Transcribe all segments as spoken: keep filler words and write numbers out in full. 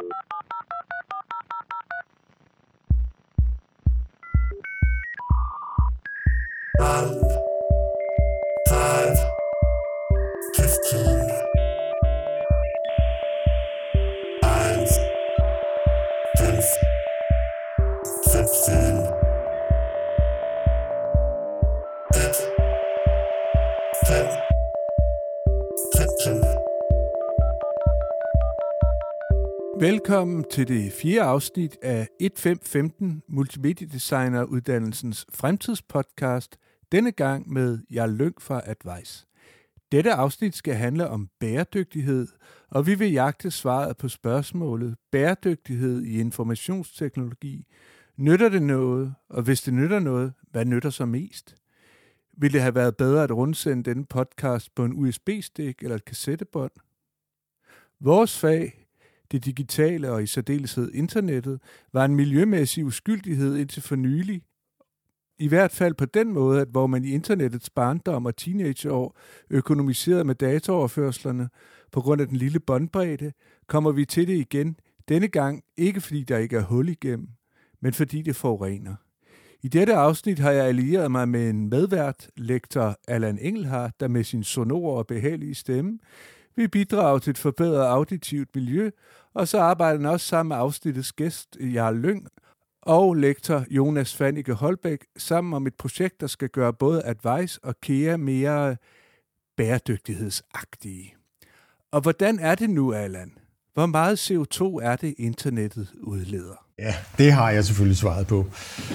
Velkommen til det fjerde afsnit af femten femten Multimediedesigneruddannelsens fremtidspodcast, denne gang med Jarl Lyng fra Advice. Dette afsnit skal handle om bæredygtighed, og vi vil jagte svaret på spørgsmålet bæredygtighed i informationsteknologi. Nytter det noget, og hvis det nytter noget, hvad nytter så mest? Ville det have været bedre at rundsende denne podcast på en U S B-stik eller et kassettebånd? Vores fag, det digitale og i særdeleshed internettet, var en miljømæssig uskyldighed indtil for nylig. I hvert fald på den måde, at hvor man i internettets barndom og teenageår økonomiserede med dataoverførslerne på grund af den lille båndbredde, kommer vi til det igen, denne gang ikke fordi der ikke er hul igennem, men fordi det forurener. I dette afsnit har jeg allieret mig med en medvært, lektor Allan Engelhardt, der med sin sonore og behagelige stemme vil bidrage til et forbedret auditivt miljø, og så arbejder han også sammen med afsnittets gæst, Jarl Lyng, og lektor Jonas Fannike Holbæk, sammen om et projekt, der skal gøre både Advice og Kea mere bæredygtighedsagtige. Og hvordan er det nu, Allan? Hvor meget C O to er det, internettet udleder? Ja, det har jeg selvfølgelig svaret på.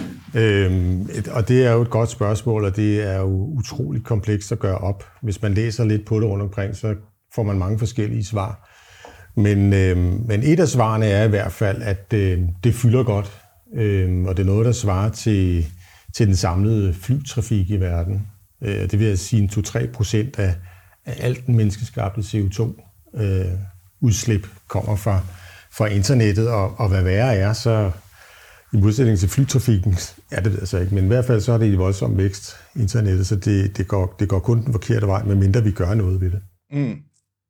Øhm, og det er jo et godt spørgsmål, og det er jo utroligt komplekst at gøre op. Hvis man læser lidt på det rundt omkring, så får man mange forskellige svar. Men, øh, men et af svarene er i hvert fald, at øh, det fylder godt, øh, og det er noget, der svarer til, til den samlede flytrafik i verden. Øh, det vil sige, to til tre procent af, af alt den menneskeskabte C O to øh, udslip kommer fra, fra internettet, og, og hvad værre er, så i modsætning til flytrafikken, ja, det ved jeg så ikke, men i hvert fald så er det i voldsom vækst, internettet, så det, det, går, det går kun den forkerte vej, medmindre vi gør noget ved det. Mm.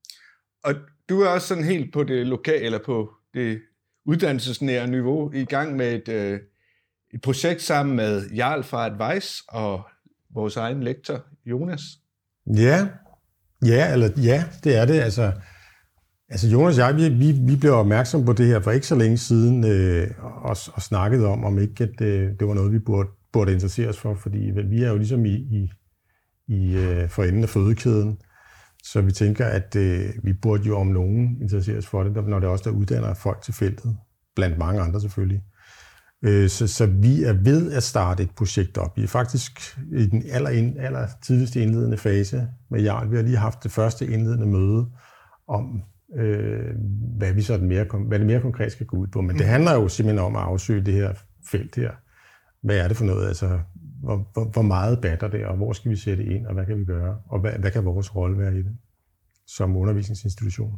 Og du er også sådan helt på det lokale, eller på det uddannelsesnære niveau, i gang med et, øh, et projekt sammen med Jarl fra Advice og vores egen lektor, Jonas. Ja, ja, eller ja, det er det. Altså, altså Jonas og jeg, vi, vi, vi blev opmærksom på det her for ikke så længe siden, øh, og, og snakkede om, om ikke at, øh, det var noget, vi burde, burde interessere os for, fordi vel, vi er jo ligesom i, i, i øh, for enden af fødekæden. Så vi tænker, at øh, vi burde jo om nogen interesseres for det, når det er også der uddanner folk til feltet, blandt mange andre selvfølgelig. Øh, så, så vi er ved at starte et projekt op. Vi er faktisk i den aller, ind, aller tidligste indledende fase med Jarl. Vi har lige haft det første indledende møde om, øh, hvad, vi så mere, hvad det mere konkret skal gå ud på. Men det handler jo simpelthen om at afsøge det her felt her. Hvad er det for noget? Altså, hvor, hvor, hvor meget batter det, og hvor skal vi sætte ind, og hvad kan vi gøre? Og hvad, hvad kan vores rolle være i det som undervisningsinstitution?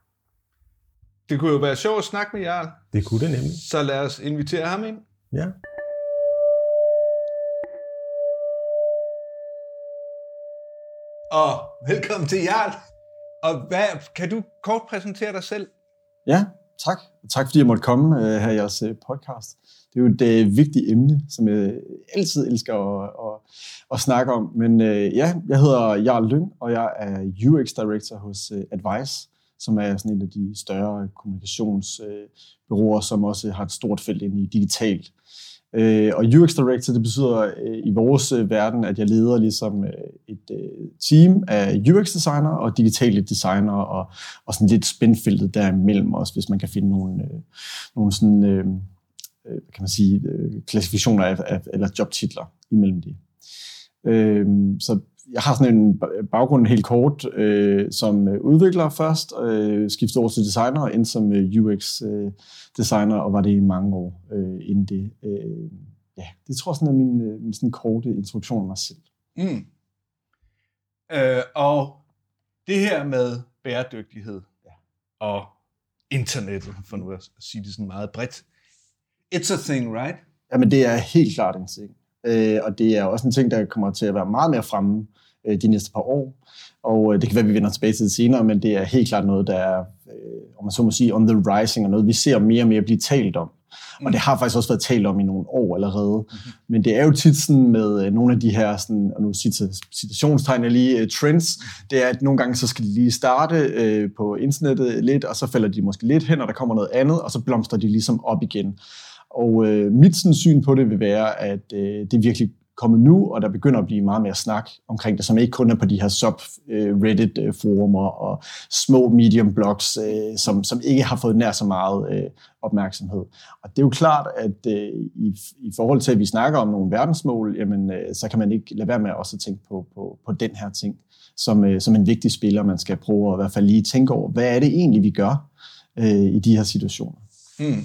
Det kunne jo være sjovt at snakke med Jarl. Det kunne det nemlig. Så lad os invitere ham ind. Ja. Og velkommen til Jarl. Og hvad, kan du kort præsentere dig selv? Ja, tak. Tak fordi jeg måtte komme uh, her i jeres uh, podcast. Det er jo et uh, vigtigt emne, som jeg altid elsker at, at, at snakke om. Men uh, ja, jeg hedder Jarl Lyng, og jeg er U X Director hos uh, Advice, som er sådan en af de større kommunikationsbureauer, uh, som også har et stort felt ind i digital. Uh, og U X Director, det betyder uh, i vores uh, verden, at jeg leder ligesom uh, et uh, team af U X-designer og digitale designer, og, og sådan lidt spændfeltet derimellem også, hvis man kan finde nogle, uh, nogle sådan, uh, hvad kan man sige, uh, klassifikationer af, af, eller jobtitler imellem de. Uh, så jeg har sådan en baggrund helt kort øh, som udvikler først, øh, skiftede over til designer og endte som øh, U X-designer, øh, og var det i mange år øh, inden det. Øh, ja, det tror jeg sådan er min, øh, min sådan korte introduktion af mig selv. Mm. Øh, og det her med bæredygtighed ja. og internettet, for nu at sige det sådan meget bredt, it's a thing, right? Jamen det er helt klart en ting. Øh, og det er også en ting, der kommer til at være meget mere fremme øh, de næste par år. Og øh, det kan være, at vi vender tilbage til det senere, men det er helt klart noget, der er øh, om man så må sige, on the rising, og noget, vi ser mere og mere blive talt om. Mm. Og det har faktisk også været talt om i nogle år allerede. Mm-hmm. Men det er jo tit sådan med øh, nogle af de her, sådan, og nu citationstegn jeg lige, uh, trends, det er, at nogle gange så skal de lige starte øh, på internettet lidt, og så falder de måske lidt hen, og der kommer noget andet, og så blomstrer de ligesom op igen. Og øh, mit sådan, syn på det vil være, at øh, det er virkelig kommet nu, og der begynder at blive meget mere snak omkring det, som ikke kun er på de her sub-Reddit-forumer og små medium-blogs, øh, som, som ikke har fået nær så meget øh, opmærksomhed. Og det er jo klart, at øh, i, i forhold til, at vi snakker om nogle verdensmål, jamen, øh, så kan man ikke lade være med at også tænke på, på, på den her ting, som, øh, som en vigtig spiller, man skal prøve at i hvert fald lige tænke over, hvad er det egentlig, vi gør øh, i de her situationer. Mm.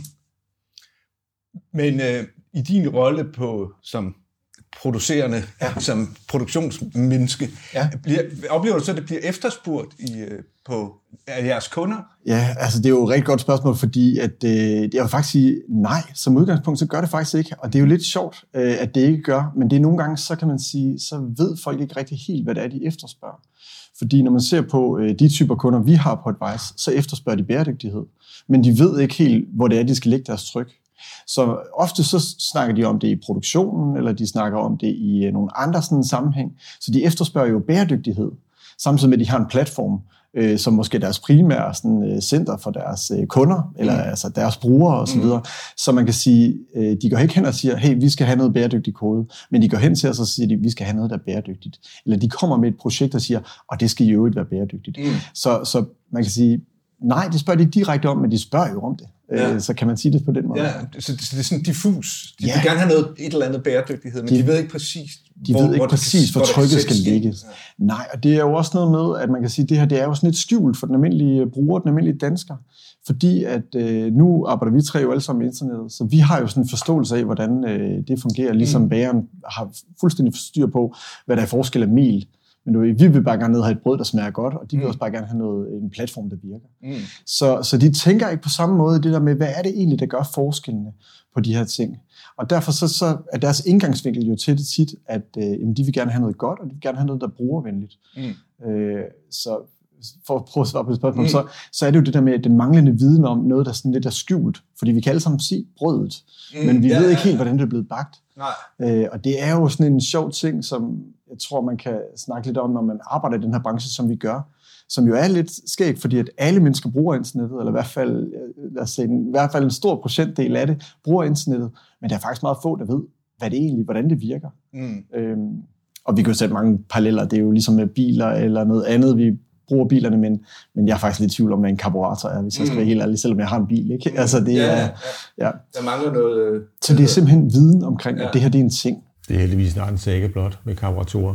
Men øh, i din rolle på som producerende, ja. som produktionsmenneske, ja. bliver, oplever du så, at det bliver efterspurgt i, på af jeres kunder? Ja, altså det er jo et rigtig godt spørgsmål, fordi at, øh, jeg vil faktisk sige nej, som udgangspunkt, så gør det faktisk ikke, og det er jo lidt sjovt, øh, at det ikke gør, men det er nogle gange, så kan man sige, så ved folk ikke rigtig helt, hvad det er, de efterspørger. Fordi når man ser på øh, de typer kunder, vi har på Advice, så efterspørger de bæredygtighed, men de ved ikke helt, hvor det er, de skal lægge deres tryk. Så ofte så snakker de om det i produktionen, eller de snakker om det i nogle andre sådan sammenhæng. Så de efterspørger jo bæredygtighed, samtidig med, at de har en platform, øh, som måske er deres primære sådan, center for deres øh, kunder, eller mm. altså deres brugere osv. Mm. Så man kan sige, øh, de går ikke hen og siger, hey, vi skal have noget bæredygtig kode, men de går hen til os og siger, de, vi skal have noget, der er bæredygtigt. Eller de kommer med et projekt og siger, og det skal i øvrigt være bæredygtigt. Mm. Så, så man kan sige, nej, det spørger de ikke direkte om, men de spørger jo om det. Ja. Så kan man sige det på den måde. Ja, så det er sådan diffus. De ja. vil gerne have noget, et eller andet bæredygtighed, men de, de ved ikke præcis, de hvor, ved ikke hvor præcis, hvor trykket skal ligge. Ja. Nej, og det er jo også noget med, at man kan sige, at det her det er jo sådan lidt skjult for den almindelige bruger, den almindelige dansker. Fordi at øh, nu arbejder vi tre jo alle sammen med internettet, så vi har jo sådan en forståelse af, hvordan øh, det fungerer, ligesom mm. bageren har fuldstændig styr på, hvad der er forskel af mel. Men vi vil bare gerne have et brød, der smager godt, og de vil mm. også bare gerne have noget, en platform, der virker. Mm. Så, så de tænker ikke på samme måde det der med, hvad er det egentlig, der gør forskellene på de her ting. Og derfor så, så er deres indgangsvinkel jo til det tit, at øh, jamen, de vil gerne have noget godt, og de vil gerne have noget, der er brugervenligt. Mm. Øh, så for at prøve at svare på det spørgsmål, mm. så, så er det jo det der med den manglende viden om noget, der sådan lidt er skjult. Fordi vi kan alle sammen se brødet, mm. men vi ja, ved ikke helt, hvordan det er blevet bagt. Nej. Øh, og det er jo sådan en sjov ting, som jeg tror, man kan snakke lidt om, når man arbejder i den her branche, som vi gør. Som jo er lidt skægt, fordi at alle mennesker bruger internettet, eller i hvert fald, lad os sige, i hvert fald en stor procentdel af det bruger internettet. Men der er faktisk meget få, der ved, hvad det egentlig, hvordan det virker. Mm. Øhm, og vi kan jo sætte mange paralleller. Det er jo ligesom med biler eller noget andet, vi bruger bilerne, men, men jeg er faktisk lidt i tvivl om, hvad en karburator er, hvis jeg skal være helt ærlig, selvom jeg har en bil. Ikke? Altså, det ja, er, ja. ja. Der mangler noget... Øh, så det er simpelthen viden omkring, ja. at det her det er en ting. Det er heldigvis snart en saga blot med karburatorer.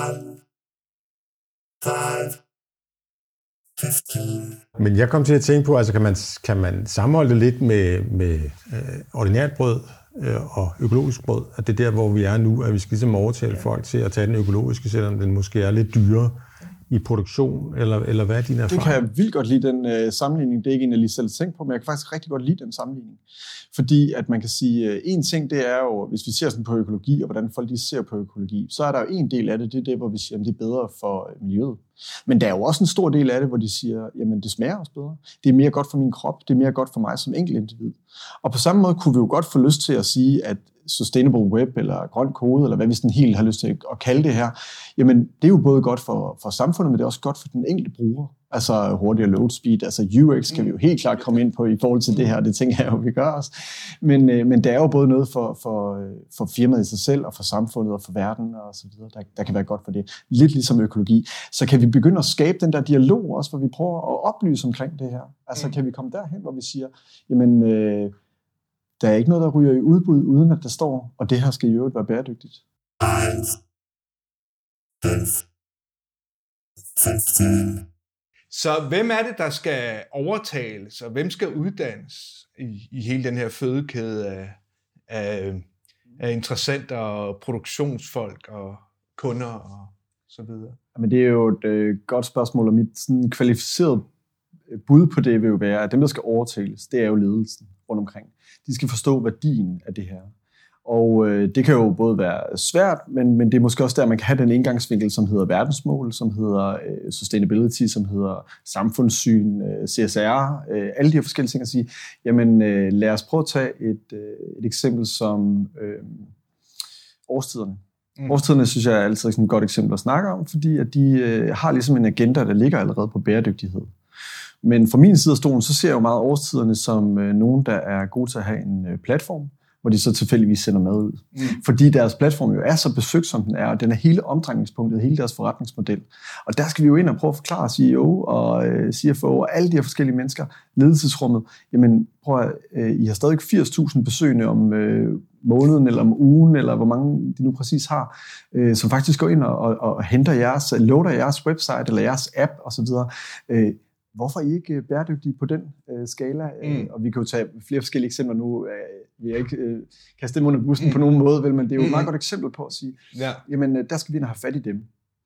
Men jeg kom til at tænke på, altså kan man, kan man sammenholde det lidt med, med øh, ordinært brød øh, og økologisk brød? At det er der, hvor vi er nu, at vi skal ligesom overtale folk til at tage den økologiske, selvom den måske er lidt dyrere i produktion, eller, eller hvad er din erfaring? Det kan jeg vildt godt lide, den øh, sammenligning. Det er ikke en, jeg lige selv tænkt på, men jeg kan faktisk rigtig godt lide den sammenligning. Fordi at man kan sige, øh, en ting, det er jo, hvis vi ser sådan på økologi, og hvordan folk de ser på økologi, så er der jo en del af det, det er det, hvor vi siger, at det er bedre for miljøet. Men der er jo også en stor del af det, hvor de siger, jamen det smager også bedre. Det er mere godt for min krop, det er mere godt for mig som enkelt individ. Og på samme måde kunne vi jo godt få lyst til at sige, at sustainable web eller grøn kode, eller hvad vi sådan helt har lyst til at kalde det her, jamen det er jo både godt for, for samfundet, men det er også godt for den enkelte bruger. Altså hurtigere load speed, altså U X kan vi jo helt klart komme ind på i forhold til det her, det tænker jeg jo, vi gør også. Men, men der er jo både noget for, for, for firmaet i sig selv, og for samfundet, og for verden, og så videre, der, der kan være godt for det. Lidt ligesom økologi. Så kan vi begynde at skabe den der dialog også, hvor vi prøver at oplyse omkring det her. Altså kan vi komme derhen, hvor vi siger, jamen øh, der er ikke noget, der ryger i udbud, uden at der står, og det her skal i øvrigt være bæredygtigt. Så hvem er det, der skal overtales, og hvem skal uddannes i, i hele den her fødekæde af, af, af interessenter og produktionsfolk og kunder og så videre? Men det er jo et øh, godt spørgsmål, og mit sådan, kvalificerede bud på det vil jo være, at dem, der skal overtales, det er jo ledelsen rundt omkring. De skal forstå værdien af det her. Og øh, det kan jo både være svært, men, men det er måske også der, man kan have den indgangsvinkel, som hedder verdensmål, som hedder øh, sustainability, som hedder samfundssyn, øh, C S R, øh, alle de her forskellige ting at sige, jamen øh, lad os prøve at tage et, øh, et eksempel som øh, årstiderne. Mm. Årstiderne synes jeg er altid sådan et godt eksempel at snakke om, fordi at de øh, har ligesom en agenda, der ligger allerede på bæredygtighed. Men fra min side af stolen, så ser jeg jo meget årstiderne som øh, nogen, der er gode til at have en øh, platform, hvor de så tilfældigvis sender mad ud. Mm. Fordi deres platform jo er så besøgt, som den er, og den er hele omdrejningspunktet, hele deres forretningsmodel. Og der skal vi jo ind og prøve at forklare C E O og øh, C F O og alle de her forskellige mennesker, ledelsesrummet, jamen prøv at, øh, I har stadig firs tusind besøgende om øh, måneden, eller om ugen, eller hvor mange de nu præcis har, øh, som faktisk går ind og, og, og henter jeres, loader jeres website, eller jeres app, osv. Øh, Hvorfor er I ikke bæredygtige på den øh, skala? Mm. Og vi kan jo tage flere forskellige eksempler nu. Øh, vi er ikke øh, kaste dem under bussen mm. på nogen måde, vel, men det er jo et meget godt eksempel på at sige, ja. Jamen, der skal vi ind og have fat i dem.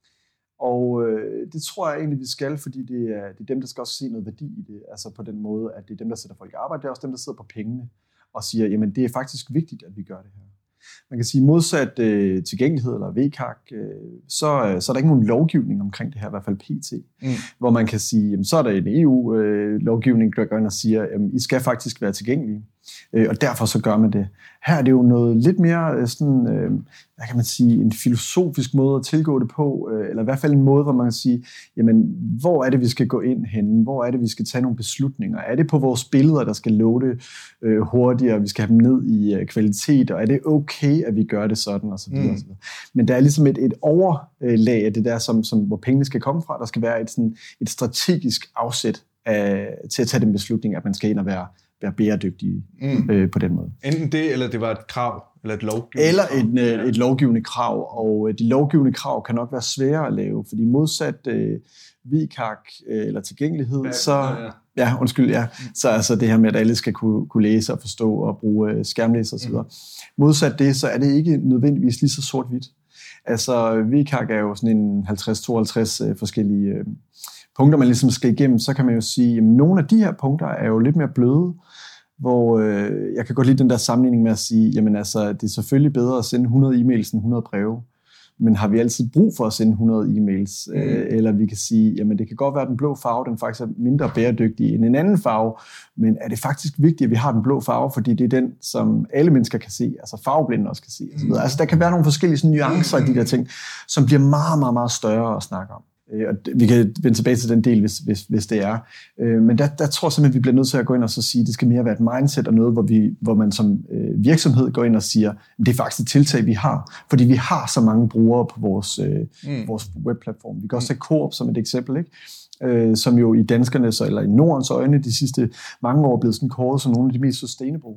Og øh, det tror jeg egentlig, vi skal, fordi det er, det er dem, der skal også se noget værdi i det. Altså på den måde, at det er dem, der sætter folk i arbejde. Det er også dem, der sidder på pengene og siger, jamen det er faktisk vigtigt, at vi gør det her. Man kan sige modsat øh, tilgængelighed eller V K A K, øh, så, øh, så er der ikke nogen lovgivning omkring det her, i hvert fald P T. Mm. Hvor man kan sige, jamen, så er der en E U-lovgivning, øh, der går ind og siger, jamen, I skal faktisk være tilgængelige. Øh, og derfor så gør man det. Her er det jo noget lidt mere sådan, øh, hvad kan man sige, en filosofisk måde at tilgå det på, øh, eller i hvert fald en måde, hvor man kan sige, jamen, hvor er det, vi skal gå ind henne? Hvor er det, vi skal tage nogle beslutninger? Er det på vores billeder, der skal loade øh, hurtigere, vi skal have dem ned i øh, kvalitet, og er det okay, at vi gør det sådan, og så videre, mm. og så videre. Men der er ligesom et, et overlag af det der, som, som, hvor pengene skal komme fra. Der skal være et, sådan, et strategisk afsæt af, til at tage den beslutning, at man skal ind og være være bæredygtige mm. øh, på den måde. Enten det, eller det var et krav, eller et lovgivende Eller krav. et, et, et lovgivende krav, og de lovgivende krav kan nok være svære at lave, fordi modsat øh, V K A K øh, eller tilgængelighed, ja, så, ja, ja. Ja, undskyld, ja, så altså det her med, at alle skal kunne, kunne læse og forstå og bruge øh, skærmlæser osv. Mm. Modsat det, så er det ikke nødvendigvis lige så sort-hvidt. Altså V K A K er jo sådan en halvtreds til tooghalvtreds øh, forskellige øh, punkter, man ligesom skal igennem. Så kan man jo sige, at nogle af de her punkter er jo lidt mere bløde, hvor øh, jeg kan godt lide den der sammenligning med at sige, jamen altså, det er selvfølgelig bedre at sende hundrede e-mails end hundrede breve, men har vi altid brug for at sende hundrede e-mails? Mm. Øh, eller vi kan sige, jamen det kan godt være, at den blå farve, den faktisk er mindre bæredygtig end en anden farve, men er det faktisk vigtigt, at vi har den blå farve, fordi det er den, som alle mennesker kan se, altså farveblinde også kan se. Mm. Altså der kan være nogle forskellige sådan, nuancer mm. i de der ting, som bliver meget, meget, meget større at snakke om. Og vi kan vende tilbage til den del, hvis, hvis, hvis det er. Men der, der tror jeg simpelthen, at vi bliver nødt til at gå ind og så sige, at det skal mere være et mindset og noget, hvor, vi, hvor man som øh, virksomhed går ind og siger, at det er faktisk et tiltag, vi har. Fordi vi har så mange brugere på vores, øh, mm. vores webplatform. Vi kan også tage Coop som et eksempel, ikke? Øh, som jo i danskernes eller i Nordens øjne de sidste mange år er blevet sådan kåret som nogle af de mest sustainable.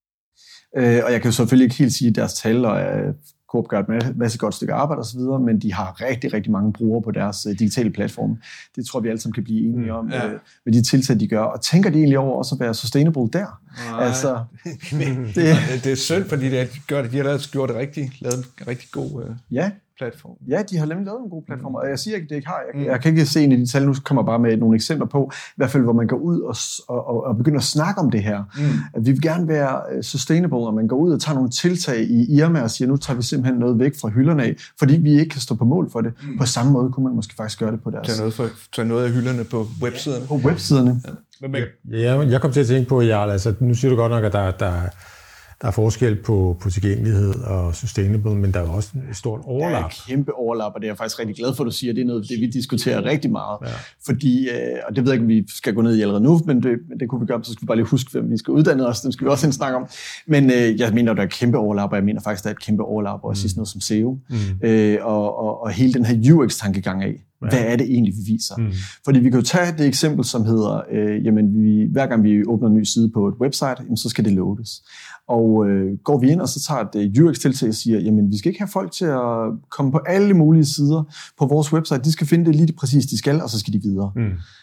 Øh, og jeg kan jo selvfølgelig ikke helt sige deres tal, og øh, Coop gør et masse godt stykke arbejde osv., men de har rigtig, rigtig mange brugere på deres uh, digitale platform. Det tror vi alle sammen kan blive enige om, ja. uh, med de tiltag, de gør. Og tænker de egentlig over også at være sustainable der? Nej, altså, det, det er synd, fordi de gør det. De har gjort det rigtig, lavet en rigtig god uh, ja. platform. Ja, de har nemlig lavet en god platform, og jeg siger ikke, det ikke har. Jeg, mm. jeg kan ikke se ind i de tal, nu kommer bare med nogle eksempler på, i hvert fald, hvor man går ud og, og, og begynder at snakke om det her. Mm. At vi vil gerne være sustainable, og man går ud og tager nogle tiltag i Irma og siger, nu tager vi simpelthen noget væk fra hylderne af, fordi vi ikke kan stå på mål for det. Mm. På samme måde kunne man måske faktisk gøre det på deres... Tag noget, for, tag noget af hylderne på websiderne. Ja, på websiderne. Ja. Men, ja, jeg kom til at tænke på, Jarl, altså nu siger du godt nok, at der, der Der er forskel på, på tilgængelighed og sustainable, men der er jo også et stort overlap. Der er et kæmpe overlap, og det er jeg faktisk rigtig glad for, at du siger. Det er noget, det vi diskuterer rigtig meget. Ja. Fordi, og det ved jeg ikke, om vi skal gå ned i allerede nu, men det, men det kunne vi gøre, så skal vi bare lige huske, hvem vi skal uddanne os. Det skal vi også snakke om. Men øh, jeg mener, der er et kæmpe overlap, og jeg mener faktisk, der er et kæmpe overlap, og også mm. noget som S E O. Mm. Øh, og, og, og hele den her U X-tankegang af. Hvad er det egentlig, vi viser? Mm. Fordi vi kan jo tage det eksempel, som hedder, øh, jamen vi, hver gang vi åbner en ny side på et website, jamen, så skal det loades. Og øh, går vi ind, og så tager et U X-tiltag og siger, jamen vi skal ikke have folk til at komme på alle mulige sider på vores website. De skal finde det lige præcis, de skal, og så skal de videre. Mm.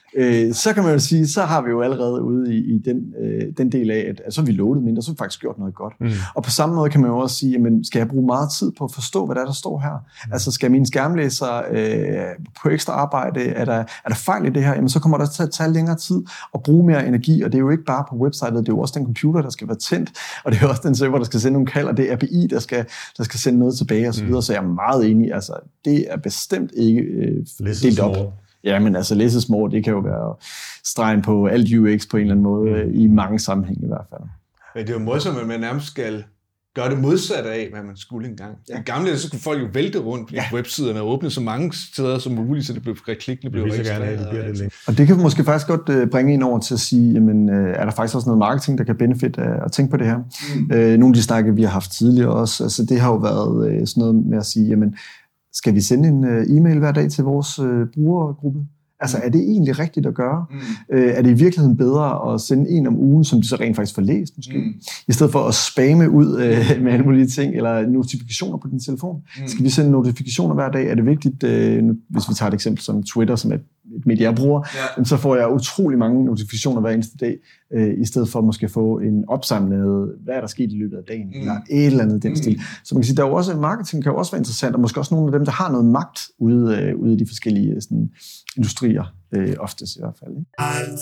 øh, så kan man jo sige, så har vi jo allerede ude i, i den, øh, den del af, at, at så har vi loadet mindre, så har vi faktisk gjort noget godt. Mm. Og på samme måde kan man jo også sige, jamen, skal jeg bruge meget tid på at forstå, hvad der, er, der står her? Mm. Altså, skal mine skærmlæser øh, på ekstra arbejde, er der, er der fejl i det her? Jamen, så kommer der til at tage længere tid og bruge mere energi, og det er jo ikke bare på websitet, det er jo også den computer, der skal være tændt, og det er også den server, der skal sende nogle kald, og det er A P I, der skal, der skal sende noget tilbage, og så videre, mm. så jeg er meget enig, altså, det er bestemt ikke øh, delt op. Ja, men altså less is more, det kan jo være stregen på alt U X på en eller anden måde, mm. i mange sammenhænge i hvert fald. Men det er jo morsomt, at man nærmest skal gøre det modsatte af, hvad man skulle engang. Ja. I gamle dage, så kunne folk jo vælte rundt ja. på websiderne og åbne så mange steder som muligt, så det blev klikkende blev registreret. Det og det kan måske faktisk godt bringe en over til at sige, jamen, er der faktisk også noget marketing, der kan benefit af at tænke på det her? Mm. Øh, nogle af de snakke, vi har haft tidligere også, altså det har jo været sådan noget med at sige, jamen, skal vi sende en uh, e-mail hver dag til vores uh, brugergruppe? Altså, er det egentlig rigtigt at gøre? Mm. Uh, er det i virkeligheden bedre at sende en om ugen, som de så rent faktisk får læst, måske? Mm. I stedet for at spamme ud uh, med alle mulige ting, eller notifikationer på din telefon. Mm. Skal vi sende notifikationer hver dag? Er det vigtigt, uh, hvis vi tager et eksempel som Twitter, som er et medie, jeg bruger, ja. så får jeg utrolig mange notifikationer hver eneste dag, øh, i stedet for måske at få en opsamlet, hvad er der sket i løbet af dagen, mm. eller et eller andet den mm. stil. Så man kan sige, der er jo også, marketing kan jo også være interessant, og måske også nogle af dem, der har noget magt ude, øh, ude i de forskellige sådan, industrier, øh, oftest i hvert fald. Ikke?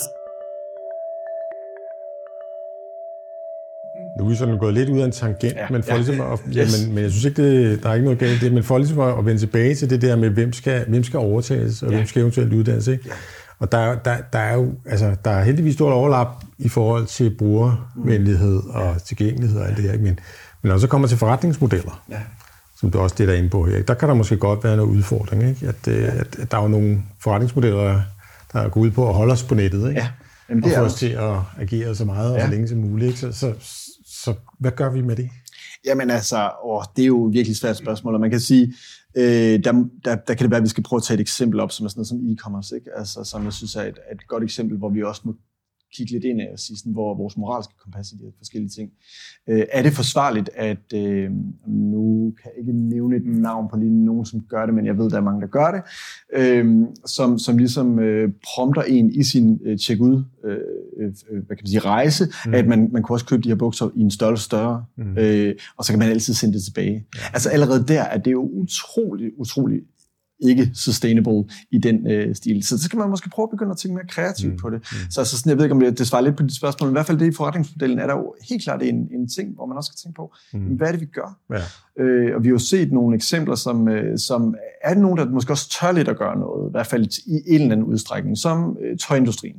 Nu er vi sådan gået lidt ud af en tangent, ja, men, for ja, ligesom at, ja, yes. men, men jeg synes ikke, det, der er ikke noget galt i det, men for ligesom at vende tilbage til det der med, hvem skal, hvem skal overtages, og ja. hvem skal eventuelt uddannes, ikke? Ja. Og der, der, der er jo altså, der er heldigvis stort overlap i forhold til brugervenlighed og tilgængelighed og alt det her, ikke? Men, men når det så kommer til forretningsmodeller, ja. som du også det der er inde på her, der kan der måske godt være noget udfordring, ikke? At, ja. at, at der er jo nogle forretningsmodeller, der går ud på at holde os på nettet, ikke? Ja. Jamen, det og få os til at agere så meget og ja. så længe som muligt, så, så Så hvad gør vi med det? Jamen altså, åh, det er jo et virkelig svært spørgsmål, og man kan sige, øh, der, der, der kan det være, at vi skal prøve at tage et eksempel op, som er sådan noget som e-commerce, ikke? Altså, som jeg synes er et, et godt eksempel, hvor vi også må kigge lidt ind af og sige, sådan, hvor vores moralske kompas i de forskellige ting. Øh, er det forsvarligt, at øh, nu kan jeg ikke nævne et navn på lige nogen, som gør det, men jeg ved, der er mange, der gør det, øh, som, som ligesom øh, prompter en i sin øh, check-ud, øh, øh, hvad kan man sige, rejse, mm. at man, man kunne også købe de her bukser i en størrelse større, mm. øh, og så kan man altid sende det tilbage. Ja. Altså allerede der er det jo utrolig, utrolig ikke sustainable i den øh, stil. Så så skal man måske prøve at begynde at tænke mere kreativt mm. på det. Mm. Så altså, sådan, jeg ved ikke, om det, det svarer lidt på dit spørgsmål, men i hvert fald det i forretningsmodellen er der jo helt klart en, en ting, hvor man også skal tænke på, mm. hvad er det, vi gør? Ja. Øh, og vi har jo set nogle eksempler, som, øh, som er det nogen, der måske også tør lidt at gøre noget, i hvert fald i en eller anden udstrækning, som øh, tøjindustrien.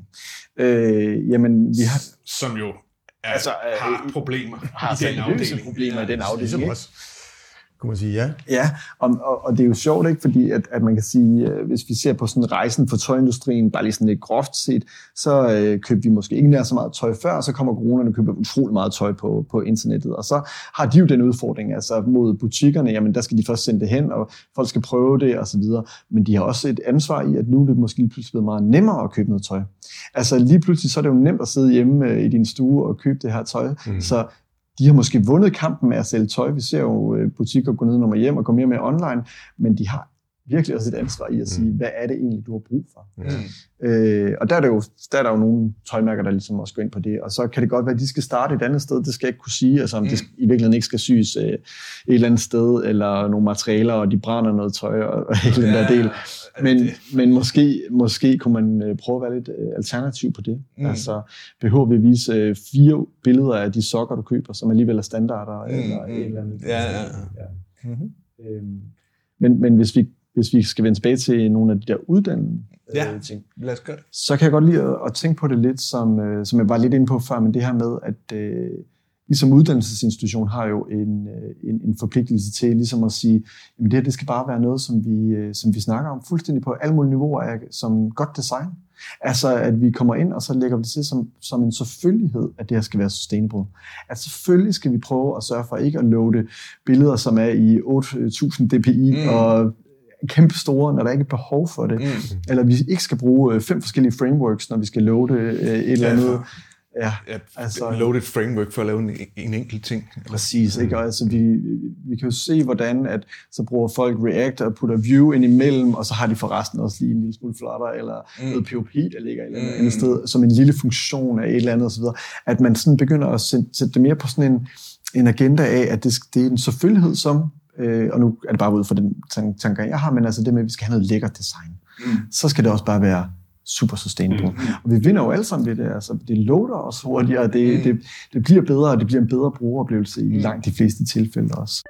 Øh, jamen, vi har... Som jo er, altså, øh, har problemer har i den afdeling. problemer ja, i den afdeling. Kunne man sige ja? Ja, og, og, og det er jo sjovt, ikke? Fordi at, at man kan sige, hvis vi ser på sådan rejsen for tøjindustrien, bare lige sådan lidt groft set, så øh, køber vi måske ikke nær så meget tøj før, og så kommer coronerne og køber utrolig meget tøj på, på internettet. Og så har de jo den udfordring, altså mod butikkerne, jamen der skal de først sende det hen, og folk skal prøve det og så videre. Men de har også et ansvar i, at nu er det måske lige pludselig blevet meget nemmere at købe noget tøj. Altså lige pludselig så er det jo nemt at sidde hjemme i din stue og købe det her tøj. Mm. Så de har måske vundet kampen med at sælge tøj. Vi ser jo butikker gå ned og hjem og gå mere med online, men de har virkelig også et ansvar i at sige, mm. hvad er det egentlig, du har brug for? Mm. Øh, og der er, det jo, der er der jo nogle tøjmærker, der ligesom også går ind på det, og så kan det godt være, at de skal starte et andet sted, det skal jeg ikke kunne sige, altså om mm. det i virkeligheden ikke skal syes øh, et eller andet sted, eller nogle materialer, og de brænder noget tøj, og, og hele den der del. Men, men måske, måske kunne man prøve at være lidt alternativ på det. Mm. Altså, behøver vi at vise øh, fire billeder af de sokker, du køber, som alligevel er standarder, mm. eller et eller andet. Ja, ja. ja. Mm-hmm. Øhm, men, men hvis vi Hvis vi skal vende tilbage til nogle af de der uddannede ja, øh, ting, lad os gøre det. Så kan jeg godt lide at, at tænke på det lidt, som, øh, som jeg var lidt inde på før, men det her med, at øh, I som uddannelsesinstitution har jo en, øh, en, en forpligtelse til ligesom at sige, at det her det skal bare være noget, som vi, øh, som vi snakker om fuldstændig på alle mulige niveauer af, som godt design. Altså, at vi kommer ind, og så lægger vi det til som, som en selvfølgelighed, at det her skal være sustainable. At selvfølgelig skal vi prøve at sørge for ikke at loade billeder, som er i otte tusind dpi mm. og kæmpe store, når der ikke er behov for det. Mm. Eller vi ikke skal bruge fem forskellige frameworks, når vi skal loade et eller andet Ja, altså, loaded framework for at lave en, en enkelt ting. Præcis, ikke? Og altså, vi, vi kan jo se, hvordan at, så bruger folk React og putter Vue ind imellem, og så har de forresten også lige en lille smule Flutter, eller mm. noget P H P, der ligger et eller andet mm. sted, som en lille funktion af et eller andet osv. At man sådan begynder at sætte, sætte det mere på sådan en, en agenda af, at det, det er en selvfølgelighed som, øh, og nu er det bare ud fra den tanker, jeg har, men altså det med, at vi skal have noget lækkert design. Mm. Så skal det også bare være super sustainable. Mm. Og vi vinder jo alle sammen ved det. Altså, det loader os hurtigere, det, mm. det, det bliver bedre, og det bliver en bedre brugeroplevelse i langt de fleste tilfælde også.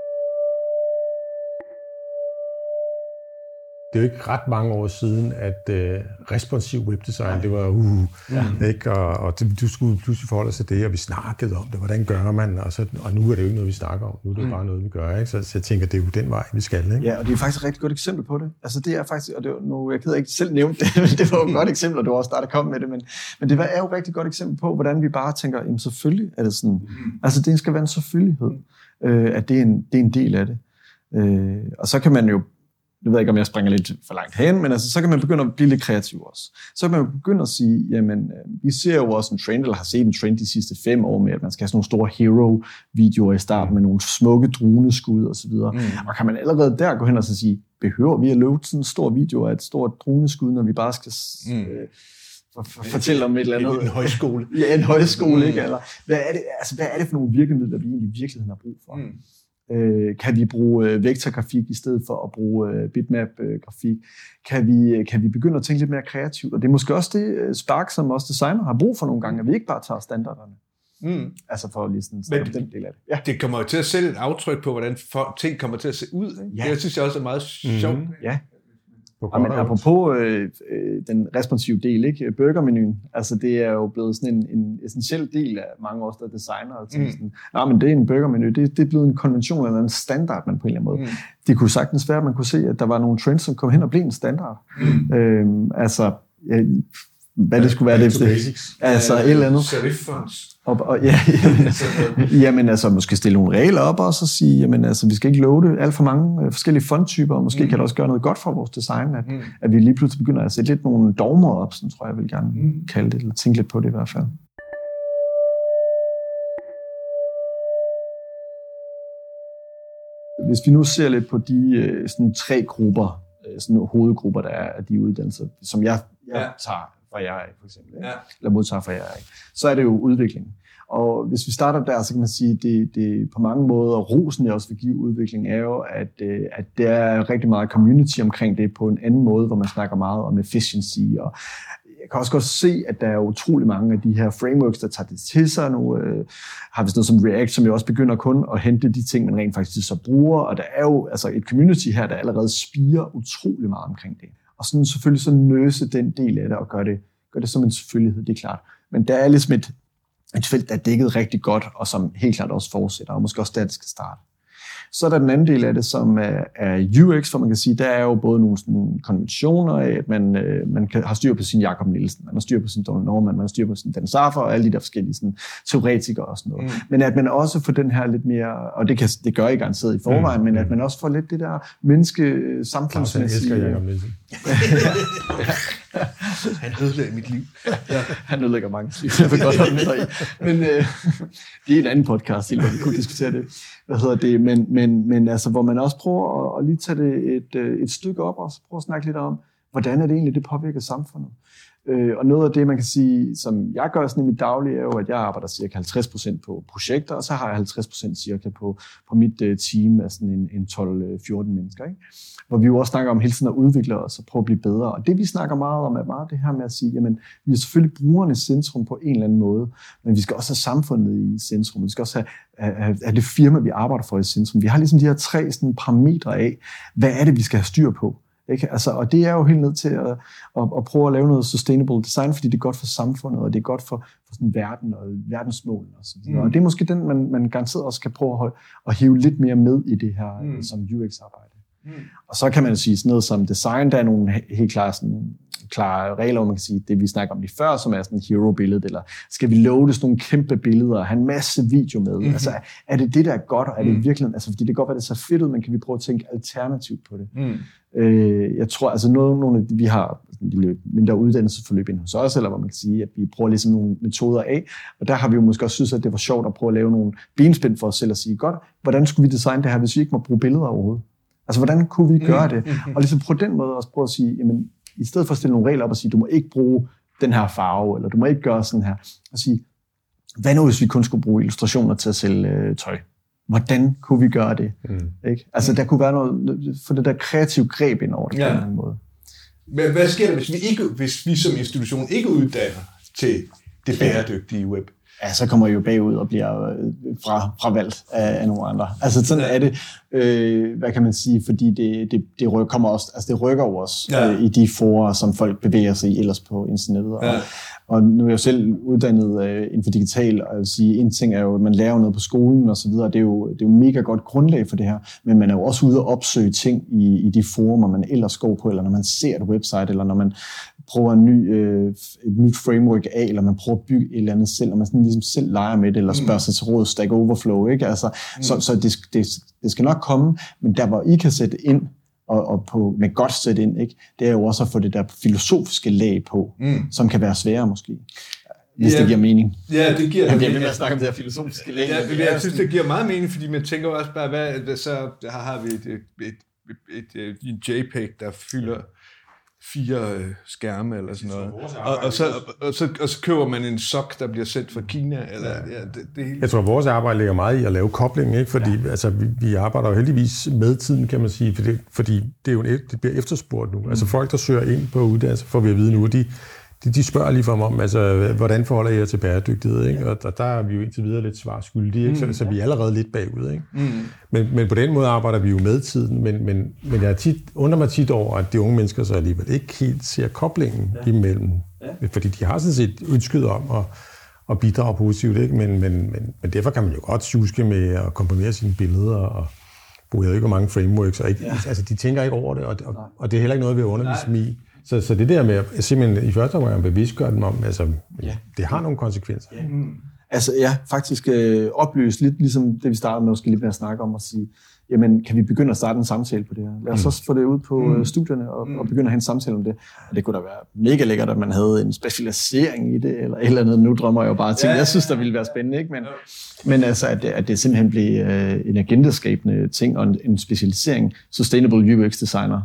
Det er jo ikke ret mange år siden, at uh, responsiv webdesign, Nej. det var uh, ja. ikke? Og, og det, du skulle pludselig forholde sig til det, og vi snakkede om det, hvordan gør man, og, så, og nu er det jo ikke noget, vi snakker om, nu er det mm. bare noget, vi gør, ikke? Så, så jeg tænker, det er jo den vej, vi skal, ikke? Ja, og det er faktisk et rigtig godt eksempel på det. Altså det er faktisk, og det var, nu, jeg kan ikke selv nævne det, men det var jo et godt eksempel, og du også startede at komme med det, men, men det er jo et rigtig godt eksempel på, hvordan vi bare tænker, jamen selvfølgelig er det sådan, mm. altså det skal være en selvfølgelighed, øh, at det er en, det er en del af det. Øh, og så kan man jo Jeg ved ikke, om jeg springer lidt for langt hen, men altså, så kan man begynde at blive lidt kreativ også. Så kan man begynde at sige, jamen, vi ser jo også en trend, eller har set en trend de sidste fem år med, at man skal have sådan nogle store hero-videoer i starten med nogle smukke droneskud og så videre. Mm. Og kan man allerede der gå hen og så sige, behøver vi at løbe sådan en stor video af et stort droneskud, når vi bare skal mm. øh, for, for, fortælle om et eller andet? En højskole. Ja, en højskole, mm. ikke? Eller, hvad, er det, altså, hvad er det for nogle virkemidler, vi egentlig i virkeligheden har brug for? Mm. Øh, kan vi bruge øh, vektorgrafik i stedet for at bruge øh, bitmap-grafik? Kan vi, kan vi begynde at tænke lidt mere kreativt? Og det er måske også det øh, spark, som også designer har brug for nogle gange, at vi ikke bare tager standarderne. Mm. Altså for lige sådan Men den del af det. Ja. Det kommer jo til at sætte et aftryk på, hvordan for, ting kommer til at se ud. Ikke? Ja. Det synes jeg også er meget sjovt. Mm. Ja. Ja, men apropos øh, øh, den responsive del, ikke? Burgermenuen, altså det er jo blevet sådan en, en essentiel del af mange også der designer og tænker sådan, nej, men det er en burgermenu, det, det er blevet en konvention eller en standard, man på en eller anden måde. Mm. Det kunne sagtens være, at man kunne se, at der var nogle trends, som kom hen og blev en standard. Mm. Øhm, altså, ja, hvad det skulle være det efter. Altså et eller andet. Og, og, ja, jamen, jamen altså måske stille nogle regler op og så sige, jamen altså vi skal ikke loade alt for mange forskellige fondtyper, og måske mm. kan det også gøre noget godt for vores design, at, mm. at vi lige pludselig begynder at sætte lidt nogle dogmer op, sådan tror jeg, jeg vil gerne mm. kalde det, eller tænke lidt på det i hvert fald. Hvis vi nu ser lidt på de sådan tre grupper, sådan hovedgrupper, der er af de uddannelser, som jeg, jeg ja. tager fra jer af, for eksempel, ja. eller modtager fra jer af, så er det jo udvikling. Og hvis vi starter der, så kan man sige, at det, det på mange måder, rosen jeg også vil give udvikling, er jo, at, at der er rigtig meget community omkring det på en anden måde, hvor man snakker meget om efficiency. Og jeg kan også godt se, at der er utrolig mange af de her frameworks, der tager det til sig. Nu øh, har vi sådan noget som React, som jo også begynder kun at hente de ting, man rent faktisk så bruger. Og der er jo altså et community her, der allerede spirer utrolig meget omkring det. Og sådan selvfølgelig så nøse den del af det og gøre det, gør det som en selvfølgelighed, det er klart. Men der er ligesom et, et felt, der er dækket rigtig godt, og som helt klart også fortsætter, og måske også der, det skal starte. Så er der den anden del af det, som er, er U X, hvor man kan sige, der er jo både nogle sådan konventioner af, at man, øh, man kan, har styr på sin Jakob Nielsen, man har styr på sin Donald Norman, man har styr på sin Dan Saffer, og alle de der forskellige sådan, teoretikere og sådan noget. Mm. Men at man også får den her lidt mere, og det, kan, det gør I garanteret i forvejen, mm. men at man også får lidt det der menneske samfundsmæssige... Jeg elsker Jakob Nielsen. Han ødelægger mit liv. Ja, han ødelægger mange liv. Jeg vil godt holde med dig i. Men øh, det er en anden podcast, hvor vi kunne diskutere det. Hvad hedder det? Men, men, men altså, hvor man også prøver at, at lige tage det et, et stykke op, og så prøve at snakke lidt om, hvordan er det egentlig, det påvirker samfundet. Øh, og noget af det, man kan sige, som jeg gør sådan i mit daglige, er jo, at jeg arbejder cirka halvtreds procent på projekter, og så har jeg halvtreds procent cirka på, på mit uh, team af sådan en, en tolv fjorten mennesker, ikke? Hvor vi jo også snakker om hele tiden at udvikle os og prøve at blive bedre. Og det vi snakker meget om, er meget det her med at sige, jamen vi er selvfølgelig brugerne i centrum på en eller anden måde, men vi skal også have samfundet i centrum, vi skal også have, have, have det firma, vi arbejder for i centrum. Vi har ligesom de her tre sådan, parametre af, hvad er det, vi skal have styr på. Ikke? Altså, og det er jo helt ned til at, at, at prøve at lave noget sustainable design, fordi det er godt for samfundet, og det er godt for, for sådan verden og verdensmålene og så videre. Mm. Og det er måske den, man, man garanteret også kan prøve at, holde, at hive lidt mere med i det her mm. som U X-arbejde. Mm. Og så kan man sige sådan noget som design, der er nogle helt klare, sådan, klare regler, hvor man kan sige, det vi snakker om lige før, som er sådan et hero-billede, eller skal vi loade sådan nogle kæmpe billeder og have en masse video med? Mm-hmm. Altså, er det det, der er godt, og er det virkelig, altså, fordi det kan godt være, det ser fedt ud, men kan vi prøve at tænke alternativt på det? Mm. Øh, jeg tror, altså noget, nogle af de, vi har mindre uddannelsesforløb ind hos os, eller hvor man kan sige, at vi prøver ligesom nogle metoder af, og der har vi jo måske også synes, at det var sjovt at prøve at lave nogle benspænd for os selv og sige, godt, hvordan skulle vi designe det her, hvis vi ikke må bruge billeder overhovedet? Altså, hvordan kunne vi gøre det? Mm-hmm. Og ligesom på den måde også prøve at sige, jamen, i stedet for at stille nogle regler op og sige, du må ikke bruge den her farve, eller du må ikke gøre sådan her, og sige, hvad nu hvis vi kun skulle bruge illustrationer til at sælge øh, tøj? Hvordan kunne vi gøre det? Mm. Ikke? Altså, der kunne være noget, for det der kreative greb ind over det ja. På en eller anden måde. Men hvad sker der, hvis vi, ikke, hvis vi som institution ikke uddanner til det bæredygtige web? Ja, så kommer I jo bagud og bliver fra, fravalgt af, af nogle andre. Altså sådan er det, øh, hvad kan man sige, fordi det, det, det, rykker, kommer også, altså det rykker jo også ja. øh, i de forer, som folk bevæger sig i ellers på internettet. Ja. Og, og nu er jeg jo selv uddannet øh, inden for digital, og jeg vil sige, en ting er jo, at man lærer noget på skolen og så videre, det er jo, det er jo mega godt grundlag for det her, men man er jo også ude og opsøge ting i, i de forumer, man ellers går på, eller når man ser et website, eller når man prøver en ny, øh, et nyt framework af, eller man prøver at bygge et eller andet selv, og man sådan ligesom selv leger med det, eller spørger sig til råd, Stack Overflow, ikke? Altså, mm. Så, så det, det, det skal nok komme, men der hvor I kan sætte ind, og, og på, med godt sætte ind, ikke? Det er jo også at få det der filosofiske lag på, mm. som kan være sværere måske, hvis ja, det giver mening. Ja, det giver... Jeg bliver ved med at snakke om det her filosofiske lag. Ja, det, jeg synes, det giver meget mening, fordi man tænker også bare, hvad, så her har vi et, et, et, et, et JPEG, der fylder fire øh, skærme eller sådan noget. Og, og, så, og, så, og så køber man en sok, der bliver sendt fra Kina. Eller, ja. Ja, det, det hele. Jeg tror, at vores arbejde ligger meget i at lave kobling, ikke? Fordi ja. altså, vi, vi arbejder jo heldigvis med tiden, kan man sige, fordi, fordi det, er jo en, det bliver efterspurgt nu. Mm. Altså folk, der søger ind på uddannelse, får vi at vide nu, de, de, de spørger lige for mig om, altså, hvordan forholder I jer til bæredygtighed? Ikke? Og der, der er vi jo indtil videre lidt svarskyldige, ikke? Så, mm. så vi er allerede lidt bagud. Ikke? Mm. Men, men på den måde arbejder vi jo med tiden, men, men, men jeg tit, undrer mig tit over, at de unge mennesker så alligevel ikke helt ser koblingen ja. Imellem. Ja. Fordi de har sådan set ønsket om at, at bidrage positivt, ikke? Men, men, men, men derfor kan man jo godt tjuske med at komprimere sine billeder og bruge ikke hvor mange frameworks. Og ikke, ja. Altså, de tænker ikke over det, og, og, og det er heller ikke noget, vi underviser dem i. Så, så det der med at simpelthen i første omgang bevidstgøre dem om, altså, ja. Det har nogle konsekvenser. Ja. Mm. Altså ja, faktisk øh, oplyse lidt, ligesom det vi startede med, måske lidt med at snakke om, at sige, jamen kan vi begynde at starte en samtale på det her? Lad os mm. også få det ud på mm. studierne og, og begynde at have en samtale om det. Og det kunne da være mega lækkert, at man havde en specialisering i det, eller et eller andet. Nu drømmer jeg jo bare til, ja. Jeg synes, der ville være spændende, ikke? Men, ja. men altså, at det, at det simpelthen blev øh, en agendaskabende ting og en, en specialisering. Sustainable U X designer.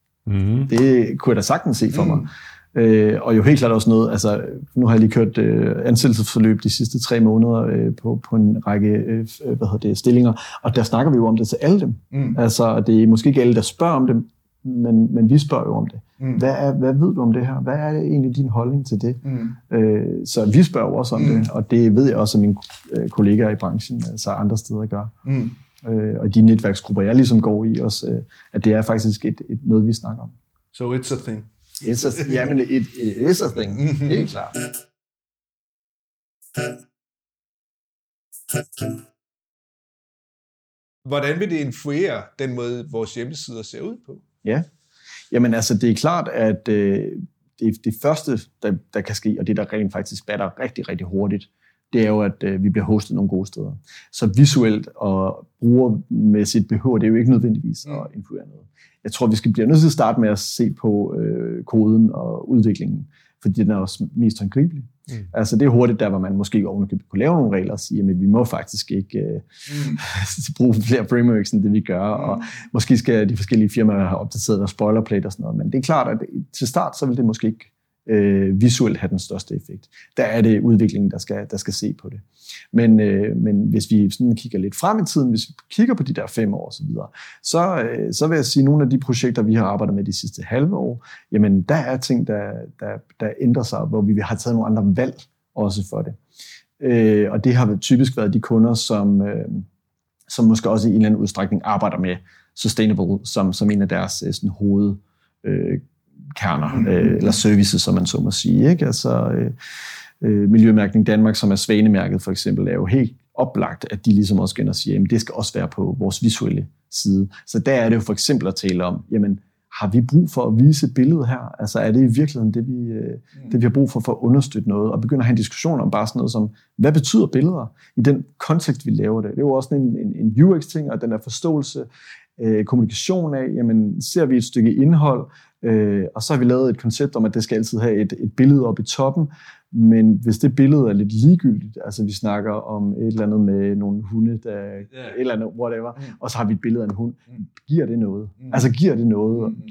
Mm. Det kunne jeg da sagtens se for mig. Mm. Øh, og jo helt klart også noget, altså nu har jeg lige kørt øh, ansættelsesforløb de sidste tre måneder øh, på, på en række øh, hvad hedder det, stillinger, og der snakker vi jo om det til alle dem. Mm. Altså det er måske ikke alle, der spørger om det, men, men vi spørger jo om det. Mm. Hvad, er, hvad ved du om det her? Hvad er egentlig din holdning til det? Mm. Øh, så vi spørger jo også om mm. det, og det ved jeg også, at mine øh, kollegaer i branchen, altså andre steder, gør. Mm. Øh, og de netværksgrupper, jeg ligesom går i også, øh, at det er faktisk et, et, noget, vi snakker om. So it's a thing. It's a, ja, men it, it is a thing. Mm-hmm. Helt klart. Hvordan vil det influere den måde, vores hjemmesider ser ud på? Ja, jamen altså, det er klart, at øh, det, det første, der, der kan ske, og det, der rent faktisk batter rigtig, rigtig hurtigt, det er jo, at øh, vi bliver hostet nogle gode steder. Så visuelt og brugermæssigt behøver det jo ikke nødvendigvis at influere noget. Jeg tror, vi skal blive nødt til at starte med at se på øh, koden og udviklingen, fordi den er også mest håndgribelig. Mm. Altså det er hurtigt der, hvor man måske ovenikøbet kunne lave nogle regler og sige, at vi må faktisk ikke øh, mm. bruge flere frameworks, end det vi gør, mm. og måske skal de forskellige firmaer have opdateret deres spoilerplate og sådan noget, men det er klart, at til start, så vil det måske ikke øh, visuelt have den største effekt. Der er det udviklingen, der skal, der skal se på det. Men, øh, men hvis vi sådan kigger lidt frem i tiden, hvis vi kigger på de der fem år og så videre, så, øh, så vil jeg sige, at nogle af de projekter, vi har arbejdet med de sidste halve år, jamen der er ting, der, der, der ændrer sig, hvor vi har taget nogle andre valg også for det. Øh, og det har typisk været de kunder, som, øh, som måske også i en eller anden udstrækning arbejder med sustainable som, som en af deres sådan, hoved øh, kerner, øh, eller services, som man så må sige. Ikke? Altså, øh, øh, Miljømærkning Danmark, som er Svanemærket for eksempel, er jo helt oplagt, at de ligesom også skal sige, jamen det skal også være på vores visuelle side. Så der er det jo for eksempel at tale om, jamen har vi brug for at vise et billede her? Altså er det i virkeligheden det, vi, det, vi har brug for for at understøtte noget? Og begynde at have en diskussion om bare sådan noget som, hvad betyder billeder i den kontekst, vi laver det? Det er jo også en, en, en U X-ting, og den der forståelse, øh, kommunikation af, jamen ser vi et stykke indhold, øh, og så har vi lavet et koncept om, at det skal altid have et, et billede oppe i toppen, men hvis det billede er lidt ligegyldigt, altså vi snakker om et eller andet med nogle hunde, der yeah. et eller andet, whatever, mm. og så har vi et billede af en hund, mm. giver det noget? Mm. Altså giver det noget? Mm.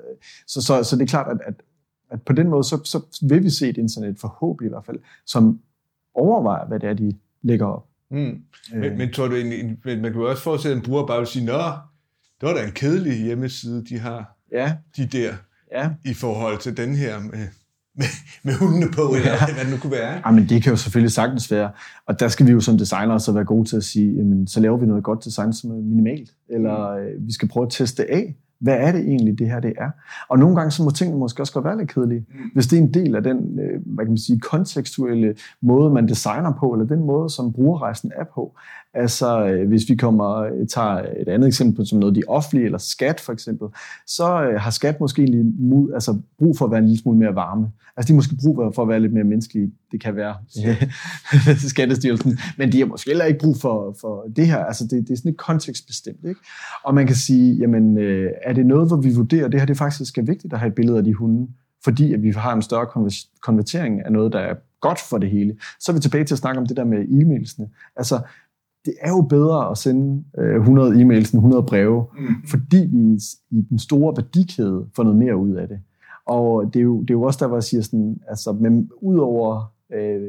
Så, så, så det er klart, at, at, at på den måde, så, så vil vi se et internet, forhåbentlig i hvert fald, som overvejer, hvad det er, de lægger op. Mm. Øh. Men, men tror du, en, en, men man kan jo også forestille, at en bruger bare vil sige, nå, det var da en kedelig hjemmeside, de har, ja. de der, ja. i forhold til den her med... Med, med hundene på, eller ja. hvad det nu kunne være. Ja, men det kan jo selvfølgelig sagtens være. Og der skal vi jo som designere så være gode til at sige, jamen, så laver vi noget godt design, som er minimalt. Eller øh, vi skal prøve at teste af, hvad er det egentlig, det her det er. Og nogle gange så må tingene måske også godt være lidt kedelige. Mm. Hvis det er en del af den, øh, hvad kan man sige, kontekstuelle måde, man designer på, eller den måde, som brugerrejsen er på. Altså, øh, hvis vi kommer, tager et andet eksempel som noget de offentlige, eller skat for eksempel, så øh, har skat måske egentlig altså, brug for at være en lille smule mere varme. Altså, de har måske brug for at være lidt mere menneskelige. Det kan være Skattestyrelsen, men de har måske heller ikke brug for, for det her. Altså, det, det er sådan et kontekstbestemt, ikke? Og man kan sige, jamen, øh, er det noget, hvor vi vurderer, at det her det faktisk er vigtigt at have et billede af de hunde, fordi at vi har en større konvertering af noget, der er godt for det hele. Så er vi tilbage til at snakke om det der med e-mailsene. Altså, det er jo bedre at sende øh, hundrede e-mails end hundrede breve, mm. fordi vi i den store værdikæde får noget mere ud af det. Og det er jo, det er jo også der, hvor jeg siger sådan, altså, men udover øh,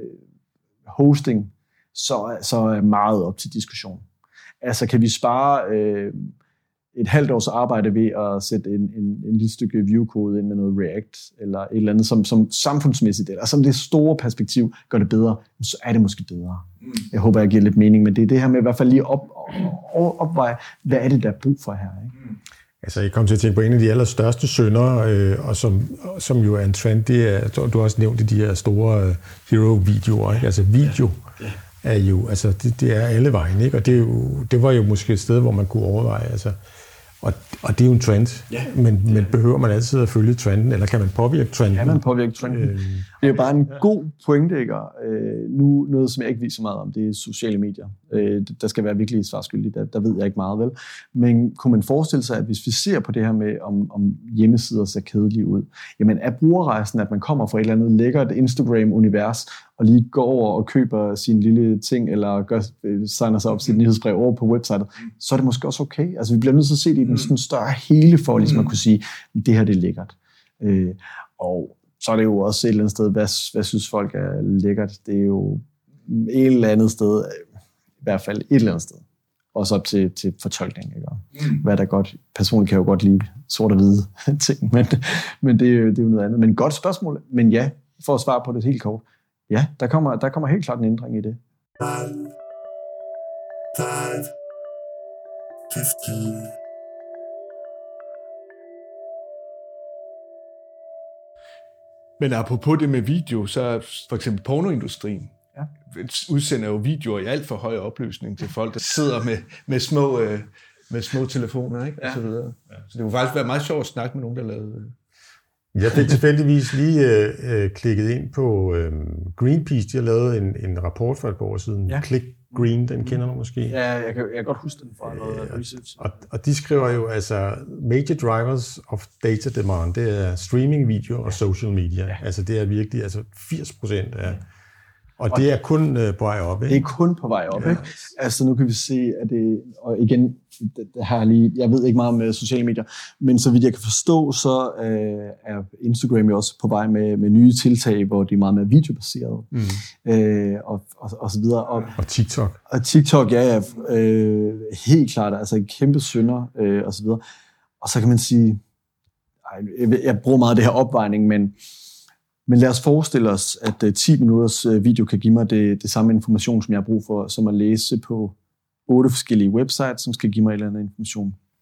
hosting, så, så er meget op til diskussion. Altså, kan vi spare øh, et halvt års arbejde ved at sætte en, en, en lille stykke view-kode ind med noget React, eller et eller andet, som, som samfundsmæssigt, eller som det store perspektiv gør det bedre, så er det måske bedre. Mm. Jeg håber, jeg giver lidt mening, men det er det her med i hvert fald lige op, op, opveje, hvad er det, der er brug for her, ikke? Mm. Altså, jeg kom til at tænke på en af de allerstørste synder, øh, og som, som jo er en trend, det er, du har også nævnt de her store uh, hero-videoer, ikke? Altså video er jo, altså det, det er alle vejen, ikke? Og det, er jo, det var jo måske et sted, hvor man kunne overveje, altså, og, og det er jo en trend, ja. men, men behøver man altid at følge trenden, eller kan man påvirke trenden? Kan man påvirke trenden? Øh, det er jo bare en god pointe, ikke? Øh, nu noget, som jeg ikke ved så meget om, det er sociale medier. Øh, der skal være virkelig svarskyldig, der, der ved jeg ikke meget, vel? Men kunne man forestille sig, at hvis vi ser på det her med, om, om hjemmesider ser kedelige ud, jamen er brugerrejsen, at man kommer fra et eller andet lækkert Instagram-univers, og lige går over og køber sin lille ting, eller gør, signer sig op sit nyhedsbrev over på websitet, så er det måske også okay. Altså vi bliver nødt til at se det i den sådan større hele, for ligesom at kunne sige, det her det er lækkert. Øh, og så er det jo også et eller andet sted, hvad, hvad synes folk er lækkert? Det er jo et eller andet sted, i hvert fald et eller andet sted. Også op til, til fortolkning, ikke? Hvad der godt. Personligt kan jeg jo godt lide sort og hvide ting, men, men det, er jo, det er jo noget andet. Men godt spørgsmål, men ja, for at svare på det helt kort. Ja, der kommer, der kommer helt klart en ændring i det. five, five, fifteen. Men apropos det med video, så er for eksempel pornoindustrien, ja. udsender jo videoer i alt for høj opløsning til folk, der sidder med, med, små, øh, med små telefoner, ikke? Ja. Og så videre. Ja. Så det kunne faktisk være meget sjovt at snakke med nogen, der lavede... Jeg fik tilfældigvis lige øh, klikket ind på øh, Greenpeace. De har lavet en, en rapport for et par år siden. Ja. Click Green, den kender du måske. Ja, jeg kan, jeg kan godt huske den fra noget research. Og, og de skriver jo, altså, major drivers of data demand, det er streaming, video og social media. Ja. Altså, det er virkelig altså firs procent af... Og det er kun øh, på vej op, ikke? Det er kun på vej op, ja. Ikke? Altså, nu kan vi se, at det... Og igen, det, det her lige... Jeg ved ikke meget om sociale medier, men så vidt jeg kan forstå, så øh, er Instagram jo også på vej med, med nye tiltag, hvor de er meget mere videobaseret. Mm. Øh, og, og, og så videre. Og, og TikTok. Og TikTok, ja, ja. Øh, helt klart. Altså en kæmpe synder, øh, og så videre. Og så kan man sige... Ej, jeg, jeg bruger meget det her opvejning, men... Men lad os forestille os, at uh, ti minutters uh, video kan give mig det, det samme information, som jeg har brug for, som at læse på otte forskellige websites, som skal give mig en eller anden information.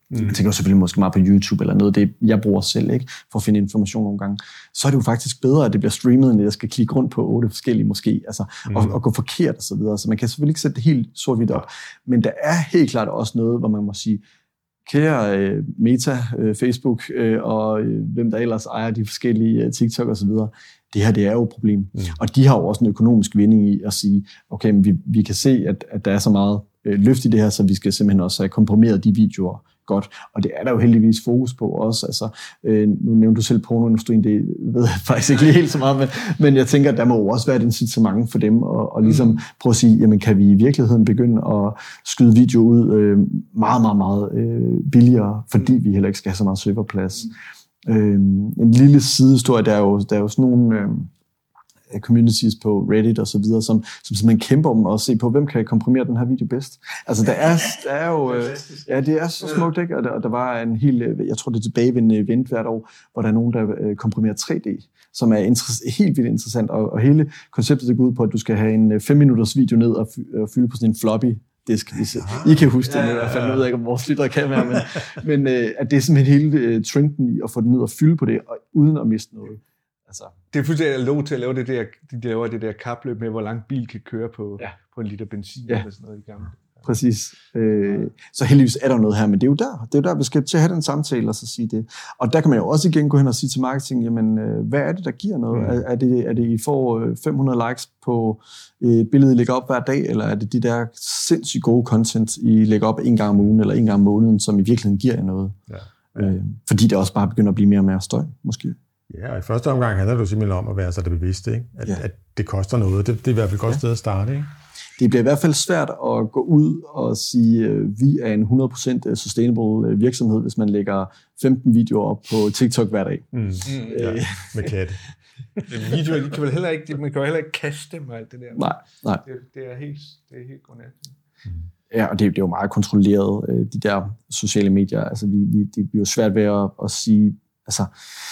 Mm. Jeg tænker selvfølgelig måske meget på YouTube eller noget, det jeg bruger selv, ikke, for at finde information nogle gange. Så er det jo faktisk bedre, at det bliver streamet, end at jeg skal klikke rundt på otte forskellige måske, altså, mm. og, og gå forkert og så videre. Så man kan selvfølgelig ikke sætte det helt sort-hvidt op. Men der er helt klart også noget, hvor man må sige, kære øh, Meta, øh, Facebook øh, og øh, hvem der ellers ejer de forskellige øh, TikTok og så videre, det her, det er jo et problem. Mm. Og de har jo også en økonomisk vinding i at sige, okay, men vi, vi kan se, at, at der er så meget øh, løft i det her, så vi skal simpelthen også have komprimeret de videoer godt. Og det er der jo heldigvis fokus på også. Altså, øh, nu nævnte du selv pornoindustrien, det ved jeg faktisk ikke lige helt så meget, men, men jeg tænker, at der må jo også være et incitament for dem, og, og ligesom mm. prøve at sige, jamen kan vi i virkeligheden begynde at skyde video ud øh, meget, meget, meget øh, billigere, fordi vi heller ikke skal have så meget serverplads. Mm. Øh, en lille sidehistorie, der er jo, der er jo sådan nogle øh, communities på Reddit og så videre, som, som simpelthen kæmper om at se på, hvem kan komprimere den her video bedst. Altså, der er, der er jo... Øh, ja, det er så smukt, ikke? Og der, og der var en hel... Jeg tror, det er tilbage ved en event hvert år, hvor der er nogen, der øh, komprimerer tre D, som er inter- helt vildt interessant, og, og hele konceptet går ud på, at du skal have en fem minutters video ned og, fy- og fylde på sådan en floppy disk. I kan huske det, i hvert fald. Jeg ved ikke, om vores lyttere kan være, men, men øh, at det er simpelthen hele øh, trenden i at få det ned og fylde på det, og uden at miste noget. Altså. Det er fuldstændig lov til at lave det der, de laver det der kapløb med, hvor lang bil kan køre på, ja. på en liter benzin ja. eller sådan noget i gamle. Præcis. Øh, så heldigvis er der noget her, men det er jo der, det er jo der, vi skal til at have den samtale og så sige det. Og der kan man jo også igen gå hen og sige til marketing, jamen, hvad er det, der giver noget? Mm. Er, er, det, er det, I får fem hundrede likes på et billede, I lægger op hver dag, eller er det de der sindssygt gode content, I lægger op en gang om ugen eller en gang om måneden, som i virkeligheden giver jer noget? Ja. Øh, fordi det også bare begynder at blive mere og mere støj, måske. Ja, og i første omgang handler det jo simpelthen om at være sig det bevidste, ikke? At, ja. at det koster noget. Det, det er i hvert fald et godt ja. sted at starte, ikke? Det bliver i hvert fald svært at gå ud og sige, at vi er en hundrede procent sustainable virksomhed, hvis man lægger femten videoer op på TikTok hver dag. Mm. Mm, ja, med katte. Videoer, de kan vel heller ikke, man kan jo heller ikke kaste dem og alt det der. Nej, nej. Det, det er helt, det er helt godnat. Mm. Ja, og det, det er jo meget kontrolleret, de der sociale medier. Altså, vi, vi, det er jo svært ved at, at sige, altså,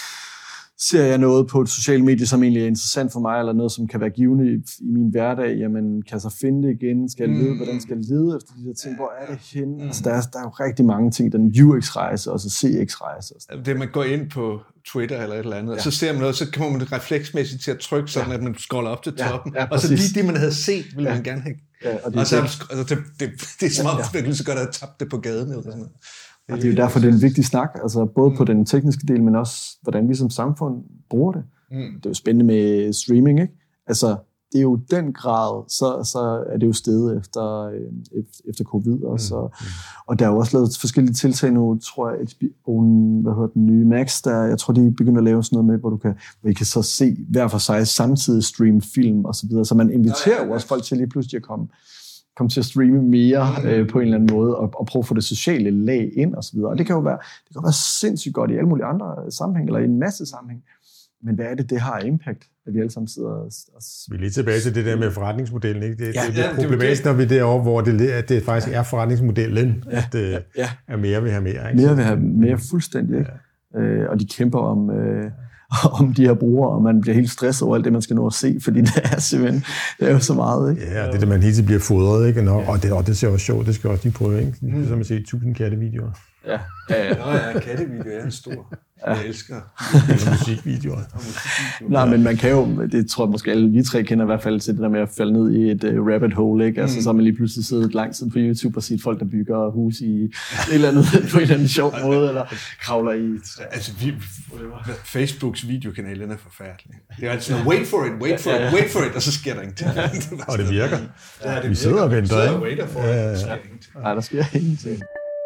ser jeg noget på et socialt medie, som egentlig er interessant for mig, eller noget, som kan være givende i, i min hverdag, jamen, kan jeg så finde det igen? Skal jeg lede, hvordan skal jeg lede efter de der ting? Hvor er det henne? Mm. Altså, der er, der er jo rigtig mange ting. Den U X-rejse, og så C X-rejse. Det, man går ind på Twitter eller et eller andet, ja. og så ser man noget, så kommer man refleksmæssigt til at trykke sådan, ja. at man scroller op til toppen. Ja, ja, og så lige det, man havde set, ville ja. man gerne have. Ja, og det, og så, det, altså, det, det, det er som om, ja, ja. man lige så godt have tabt det på gaden. Eller sådan noget. Og det er jo derfor, det er en vigtig snak, altså både på den tekniske del, men også hvordan vi som samfund bruger det. Mm. Det er jo spændende med streaming, ikke? Altså, det er jo den grad, så, så er det jo steget efter, efter covid. Og, så, mm. og der er jo også lavet forskellige tiltag nu, tror jeg, H B O, hvad hedder den nye Max, der, jeg tror, de begynder at lave sådan noget med, hvor du kan, hvor I kan så se hver for sig samtidig stream film og så videre. Så man inviterer jo ja, ja, ja. også folk til lige pludselig at komme. komme til at streame mere øh, på en eller anden måde, og, og prøve at få det sociale lag ind, og så videre. Og det kan jo være, det kan være sindssygt godt i alle mulige andre sammenhæng, eller i en masse sammenhæng. Men hvad er det, det har impact, at vi alle sammen sidder og... og vi er lige tilbage til det der med forretningsmodellen, ikke? Det, ja, det, det er problematisk, når vi er derovre, hvor det, at det faktisk er forretningsmodellen, ja, at det ja. er mere vil have mere. Ikke? Mere vil have mere fuldstændig, ikke? Ja. Øh, og de kæmper om... Øh, om de her brugere, og man bliver helt stresset over alt det, man skal nå at se, fordi det er simpelthen, det er jo så meget, ikke? Ja, det er det, man hele tiden bliver fodret, ikke? Og, og, det, og det ser også sjovt, det skal også lige prøve, ikke? Det er som at se tusind kattevideoer. Ja, ja, ja. Nå ja, kattevideoer er en stor. Ja. Jeg elsker musikvideoer. Nej, men man kan jo, det tror jeg måske alle vi tre kender i hvert fald til det der med at falde ned i et uh, rabbit hole, ikke? Altså, mm. så har man lige pludselig siddet lang tid på YouTube og set folk, der bygger hus i et eller andet, på en eller anden sjov måde, eller kravler i... Altså, vi, Facebooks videokanal, den er forfærdelig. Det er altså sådan, wait for it, wait for it, wait for it, og så sker der ingenting. Og det virker. Ja, det vi sidder og venter, ikke? Vi sidder og waiter for it, nej, der sker ingenting.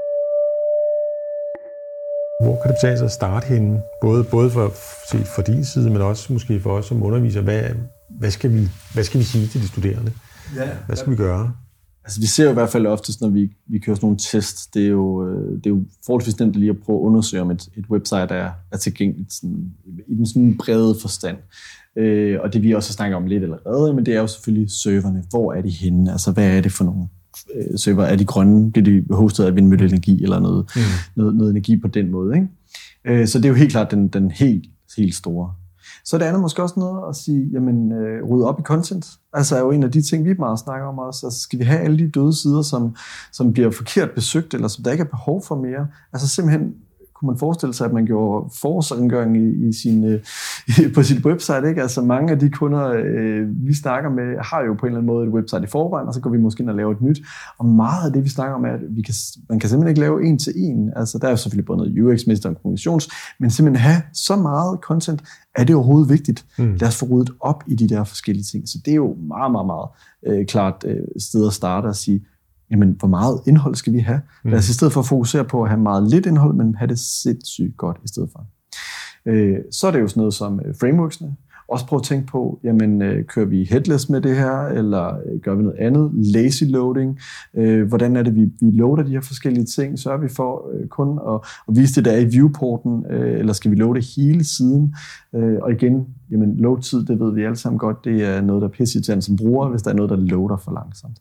Hvor kan det betale sig at starte henne? Både, både for, for din side, men også måske for os som undervisere. Hvad, hvad, skal vi, hvad skal vi sige til de studerende? Ja, hvad skal vi gøre? Altså, vi ser jo i hvert fald oftest, når vi, vi kører sådan nogle tests, det er jo, det er jo forholdsvis nemt lige at prøve at undersøge, om et, et website er, er tilgængeligt sådan, i den sådan brede forstand. Øh, og det vi også snakker om lidt allerede, men det er jo selvfølgelig serverne. Hvor er de henne? Altså, hvad er det for nogle server? Er de grønne? Bliver de hostet af vindmølleenergi eller noget, mm. noget, noget energi på den måde, ikke? Så det er jo helt klart den, den helt, helt store. Så er det andet måske også noget at sige, jamen, øh, rydde op i content. Altså er jo en af de ting, vi meget snakker om også. Altså skal vi have alle de døde sider, som, som bliver forkert besøgt, eller som der ikke er behov for mere? Altså simpelthen kunne man forestille sig, at man gjorde forårsrengøring i, i sin, øh, på sit website. Ikke? Altså mange af de kunder, øh, vi snakker med, har jo på en eller anden måde et website i forvejen, og så går vi måske ind og laver et nyt. Og meget af det, vi snakker om, er, at vi kan, man kan simpelthen ikke lave en til en. Altså der er jo selvfølgelig både noget U X-mester og kommunikations, men simpelthen have så meget content, er det overhovedet vigtigt. Mm. Lad os få ryddet op i de der forskellige ting. Så det er jo meget, meget, meget øh, klart øh, sted at starte og sige, jamen, hvor meget indhold skal vi have? Lad os i stedet for at fokusere på at have meget lidt indhold, men have det sindssygt godt i stedet for. Øh, så er det jo sådan noget som øh, frameworksene. Også prøv at tænke på, jamen, øh, kører vi headless med det her, eller øh, gør vi noget andet? Lazy loading. Øh, hvordan er det, vi, vi loader de her forskellige ting? Sørger vi for øh, kun at, at vise det, der er i viewporten, øh, eller skal vi loade hele siden? Øh, og igen, jamen, load-tid, det ved vi alle sammen godt, det er noget, der er pisseirriterende som bruger, hvis der er noget, der loader for langsomt.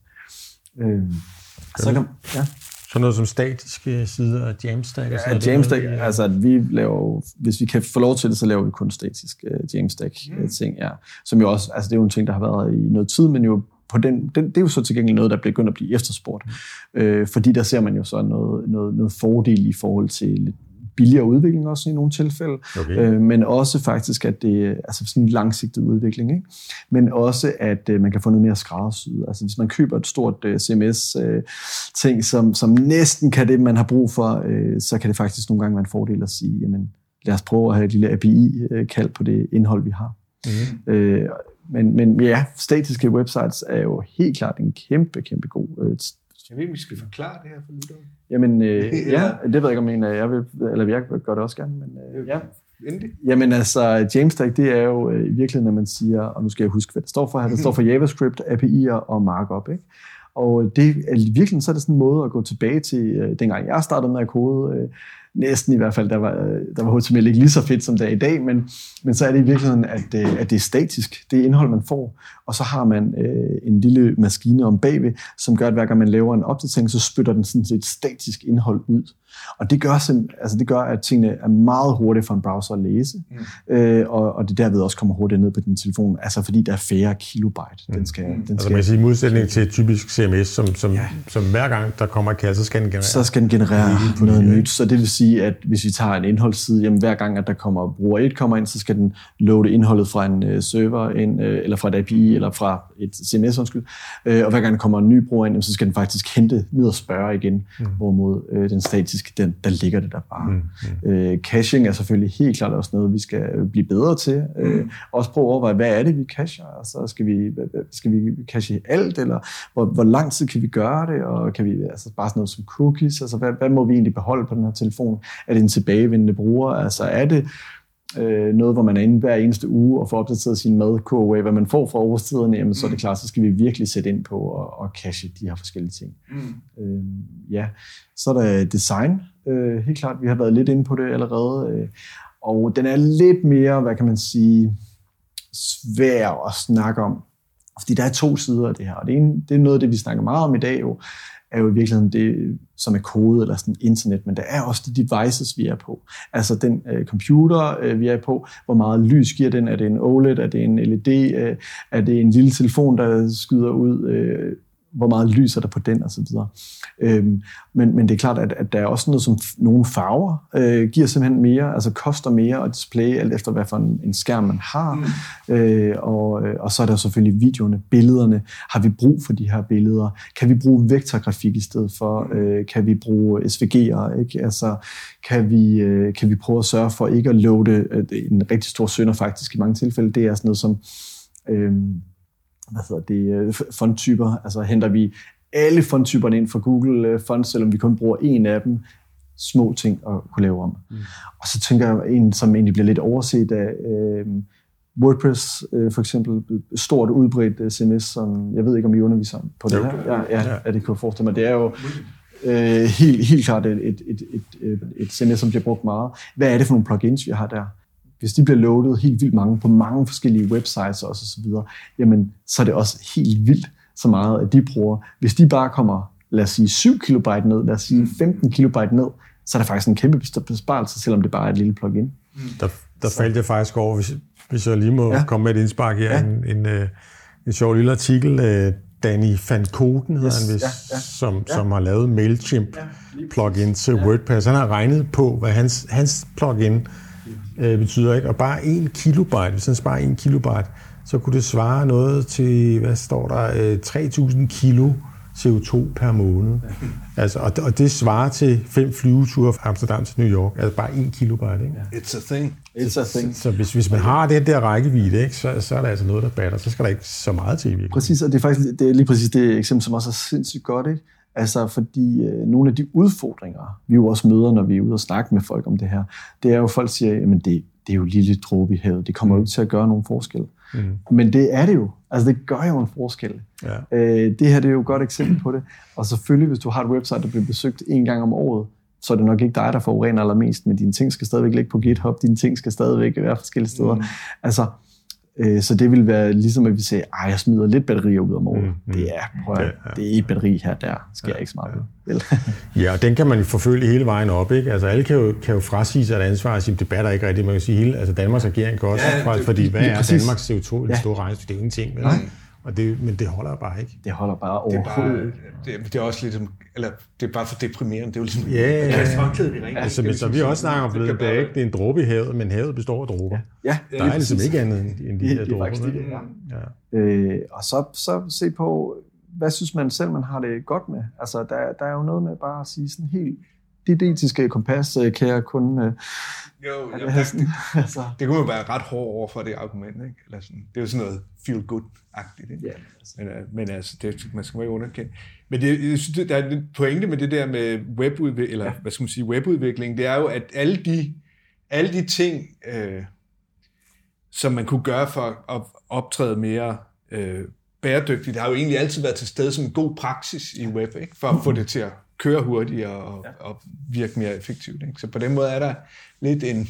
Øh, Så, kan, ja. så noget som statiske sider af Jamstack? Ja, Jamstack, noget, altså at vi laver, hvis vi kan få lov til det, så laver vi kun statisk uh, Jamstack-ting, ja. Som jo også, altså det er jo en ting, der har været i noget tid, men jo på den, den, det er jo så til gengæld noget, der begynder at blive efterspurgt. Mm. Øh, fordi der ser man jo så noget, noget, noget fordel i forhold til lidt billigere udvikling også i nogle tilfælde, okay. øh, men også faktisk, at det er altså sådan en langsigtet udvikling, ikke? Men også, at øh, man kan få noget mere skræddersyet. Altså hvis man køber et stort øh, C M S-ting, øh, som, som næsten kan det, man har brug for, øh, så kan det faktisk nogle gange være en fordel at sige, jamen lad os prøve at have et lille A P I-kald på det indhold, vi har. Mm-hmm. Øh, men, men ja, statiske websites er jo helt klart en kæmpe, kæmpe god øh, Jeg ved, vi skal forklare det her for lytteren. Jamen, øh, ja, det ved jeg ikke, om jeg, jeg vil, eller jeg gør det også gerne, men øh, ja. Endelig. Jamen altså, Jamstack, det er jo øh, i virkeligheden, når man siger, og nu skal jeg huske, hvad det står for her, det står for JavaScript, A P I'er og markup, ikke? Og det er i virkeligheden, så er det sådan en måde at gå tilbage til, øh, dengang jeg startede med at kode, øh, næsten i hvert fald, der var, der var H T M L ikke lige så fedt, som det er i dag, men, men så er det i virkeligheden, at, at det er statisk, det er indhold, man får, og så har man øh, en lille maskine om bagved, som gør, at hver gang man laver en opdatering, så spytter den sådan set statisk indhold ud. Og det gør, altså det gør, at tingene er meget hurtige for en browser at læse, mm. øh, og, og det derved også kommer hurtigt ned på din telefon, altså fordi der er færre kilobyte. Den skal, mm. den skal, altså man kan sige, i modsætning til typisk C M S, som, som, ja. som hver gang der kommer et kald, så skal den generere, så skal den generere noget nyt. Så det vil sige, at hvis vi tager en indholdsside, jamen hver gang, at der kommer bruger et kommer ind, så skal den loade indholdet fra en uh, server ind, uh, eller fra et A P I, eller fra et C M S, undskyld. Uh, og hver gang der kommer en ny bruger ind, så skal den faktisk hente ned og spørge igen, mm. hvorimod uh, den statiske, den, der ligger det der bare. Mm. Mm. Uh, caching er selvfølgelig helt klart også noget, vi skal blive bedre til. Mm. Uh, også prøve at overveje, hvad er det, vi cacher? Altså, skal vi, skal vi cache alt, eller hvor, hvor lang tid kan vi gøre det? Og kan vi altså bare sådan noget som cookies? Altså, hvad, hvad må vi egentlig beholde på den her telefon? Er det en tilbagevendende bruger? Altså, er det øh, noget, hvor man er inde hver eneste uge og får opdateret sin madkurve, hvad man får fra årstiderne, jamen, så er det klart, så skal vi virkelig sætte ind på og, og cache de her forskellige ting. Mm. Øh, ja. Så er der design. Øh, helt klart, vi har været lidt inde på det allerede. Øh, og den er lidt mere, hvad kan man sige, svær at snakke om. Fordi der er to sider af det her. Og det ene, det er noget af det, vi snakker meget om i dag jo, er jo i virkeligheden det, som er kode eller sådan internet, men der er også de devices, vi er på. Altså den øh, computer, øh, vi er på, hvor meget lys giver den? Er det en O L E D? Er det en L E D? Øh, er det en lille telefon, der skyder ud? Øh, hvor meget lys er der på den, og så videre. Øhm, men, men det er klart, at, at der er også noget som nogle farver, øh, giver simpelthen mere, altså koster mere at display, alt efter hvad for en, en skærm man har. Mm. Øh, og, og så er der selvfølgelig videoerne, billederne. Har vi brug for de her billeder? Kan vi bruge vektorgrafik i stedet for? Øh, kan vi bruge S V G'er? Ikke? Altså, kan vi, øh, kan vi prøve at sørge for ikke at loade øh, en rigtig stor synder faktisk i mange tilfælde? Det er sådan noget som øh, hvad hedder det, fonttyper, altså henter vi alle fonttyperne ind fra Google Fonts, selvom vi kun bruger en af dem, små ting at kunne lave om. Mm. Og så tænker jeg, en som egentlig bliver lidt overset af øh, WordPress, øh, for eksempel, stort udbredt C M S, som jeg ved ikke, om I underviser på det her. Ja, ja, ja, det kan jeg forestille mig. Det er jo øh, helt, helt klart et, et, et, et, et C M S, som bliver brugt meget. Hvad er det for nogle plugins, vi har der? Hvis de bliver loadet helt vildt mange på mange forskellige websites og så videre, jamen så er det også helt vildt så meget, at de bruger. Hvis de bare kommer, lad os sige syv kilobyte ned, lad os sige femten kilobyte ned, så er der faktisk en kæmpe besparelse, selvom det bare er et lille plugin. Der, der faldt jeg faktisk over, hvis, hvis jeg lige må ja. komme med et indspark her. Ja. En, en, en, en sjov lille artikel. Danny van Koten hedder yes. han vist, ja, ja. Som, ja. som har lavet MailChimp ja, plugin til ja. WordPress. Han har regnet på, hvad hans, hans plugin øh, betyder. Ikke? Og bare en kilobyte, hvis han sparer en kilobyte, så kunne det svare noget til, hvad står der, tre tusind kilo C O to per måned. Ja. Altså, og, og det svarer til fem flyveture fra Amsterdam til New York. Altså bare en kilobyte. Ikke? It's a thing. It's a thing. Så, så hvis, hvis man har den der rækkevidde, ikke, så, så er der altså noget, der batter. Så skal der ikke så meget til. Virkelig. Præcis, og det er faktisk det er lige præcis det eksempel, som også er sindssygt godt. Ikke? Altså, fordi øh, nogle af de udfordringer, vi jo også møder, når vi er ude og snakke med folk om det her, det er jo, at folk siger, jamen det, det er jo lille dråbe i havet. Det kommer jo ikke til at gøre nogen forskel. Mm. Men det er det jo. Altså, det gør jo en forskel. Ja. Øh, det her det er jo et godt eksempel på det. Og selvfølgelig, hvis du har et website, der bliver besøgt en gang om året, så er det nok ikke dig, der forurener allermest, men dine ting skal stadigvæk ligge på GitHub, dine ting skal stadigvæk være forskellige steder. Mm. Altså, øh, så det vil være ligesom, at vi siger, at jeg smider lidt batterier ud om året. Mm. Det er, prøv at, det er et batteri her, der sker ja, ikke så meget ja. Vel? Ja, og den kan man jo forfølge hele vejen op, ikke? Altså, alle kan jo, kan jo frasige sig et ansvar og sige, det batter ikke rigtigt. Man kan sige, hele, altså Danmarks regering kan også, ja, det, fordi hvad er præcis. Danmarks C O to, ja. En stor regning, det er ingenting, vel? Og det, men det holder bare ikke. Det holder bare overhovedet ikke. Det, det er også ligesom, eller det er bare for deprimerende. Det er jo ligesom, ja, ja, ja. Altså, men så vi også snakker om, det, det er ikke det er en dråbe i havet, men havet består af dråber. Ja. Ja, der er ligesom ikke andet end de her dråber. Det, det, ja. øh, og så, så se på, hvad synes man selv, man har det godt med? Altså, der, der er jo noget med bare at sige sådan helt, dit etiske kompas, kære kunde. Øh, jo, ja, det, sådan, altså. Det kunne jo være ret hårdt over for det argument, ikke? Eller sådan, det er jo sådan noget feel good-agtigt, ikke? Ja, altså. Men, men altså, det, man skal jo ikke underkende. Men det, jeg synes, der er en pointe med det der med webudvikling, eller ja. hvad skal man sige, webudvikling, det er jo, at alle de, alle de ting, øh, som man kunne gøre for at optræde mere øh, bæredygtigt, har jo egentlig altid været til stede som en god praksis i web, ikke? For at få det til at køre hurtigere og, ja. og virke mere effektivt. Ikke? Så på den måde er der lidt en,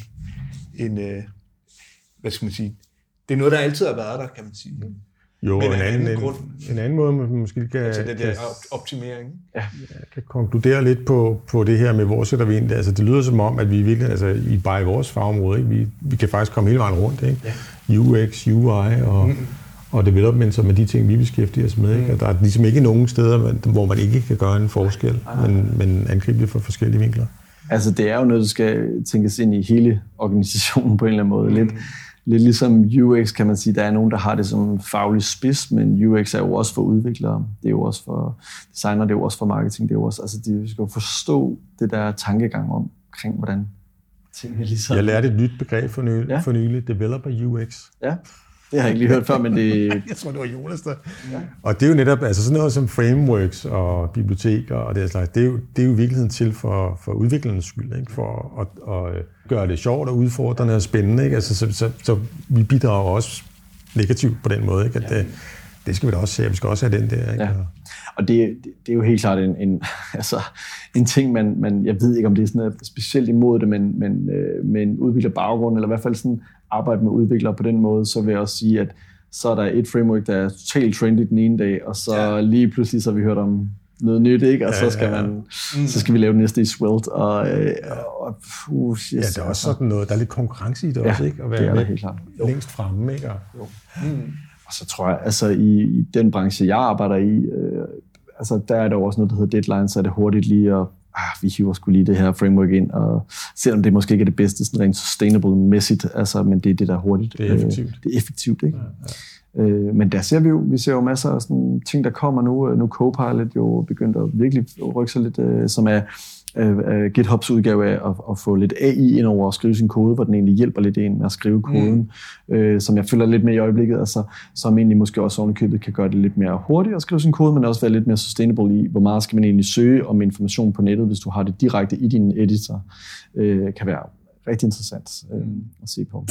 en øh, hvad skal man sige, det er noget, der altid har været der, kan man sige. Ikke? Jo, en, en, anden, en, en anden måde, man måske kan, altså det der kan, optimering. Ja, kan konkludere lidt på, på det her med, hvor sætter vi ind. Altså, det lyder som om, at vi virkelig, altså i bare i vores fagområde, ikke? Vi, vi kan faktisk komme hele vejen rundt. Ikke? Ja. U X, U I og... Mm. og development, som er de ting, vi beskæftiger os med. Ikke? Og der er ligesom ikke nogen steder, hvor man ikke kan gøre en forskel, men, men angribe det fra forskellige vinkler. Altså, det er jo noget, der skal tænkes ind i hele organisationen på en eller anden måde. Lidt, mm. lidt ligesom U X, kan man sige. Der er nogen, der har det som faglig spids, men U X er jo også for udviklere. Det er jo også for designer, det er jo også for marketing. Det er jo også, altså, de skal jo forstå det der tankegang omkring, hvordan tingene ligesom... Jeg lærte et nyt begreb for nylig, ja. for nylig developer U X. Ja. Det har jeg ikke lige hørt før, men det... jeg tror, det var Jonas der. Ja. Og det er jo netop altså sådan noget som frameworks og biblioteker og det slags. Det er jo, det er jo i virkeligheden til for, for udviklernes skyld, ikke? For at, at gøre det sjovt og udfordrende og spændende. Ikke? Altså, så, så, så vi bidrager også negativt på den måde. Ikke? At, ja. det, det skal vi da også se. Vi skal også have den der. Ikke? Ja. Og det, det er jo helt klart en, en, altså, en ting, man, man... Jeg ved ikke, om det er sådan specielt imod det, men, men øh, med en udviklerbaggrund, eller i hvert fald sådan arbejde med udviklere på den måde, så vil jeg også sige, at så er der et framework, der er totalt trendy den ene dag, og så ja. lige pludselig så har vi hørt om noget nyt, ikke? Og ja, så skal man, mm. så skal vi lave det næste i Svelte, og, øh, og uh, yes, ja, det er også sådan noget, der er lidt konkurrence i det ja, også, ikke? At være det er der helt klart. Længst fremme, ikke? Og, jo. Mm. Og så tror jeg, altså i, i den branche, jeg arbejder i, øh, altså der er der også noget, der hedder deadline, så er det hurtigt lige at ah, vi hiver sgu lige det her framework ind, og selvom det måske ikke er det bedste, sådan rent sustainable-mæssigt, altså, men det er det, der er hurtigt. Det er effektivt. Øh, det er effektivt, ikke? Ja, ja. Øh, men der ser vi jo, vi ser jo masser af sådan ting, der kommer nu. Nu Copilot jo begyndt at virkelig rykke sig lidt, øh, som er øh, GitHubs udgave af at, at få lidt A I ind over at skrive sin kode, hvor den egentlig hjælper lidt ind med at skrive koden, mm. øh, som jeg følger lidt med i øjeblikket, altså, som egentlig måske også ovenikøbet kan gøre det lidt mere hurtigt at skrive sin kode, men også være lidt mere sustainable i, hvor meget skal man egentlig søge om information på nettet, hvis du har det direkte i din editor, øh, kan være rigtig interessant øh, at se på.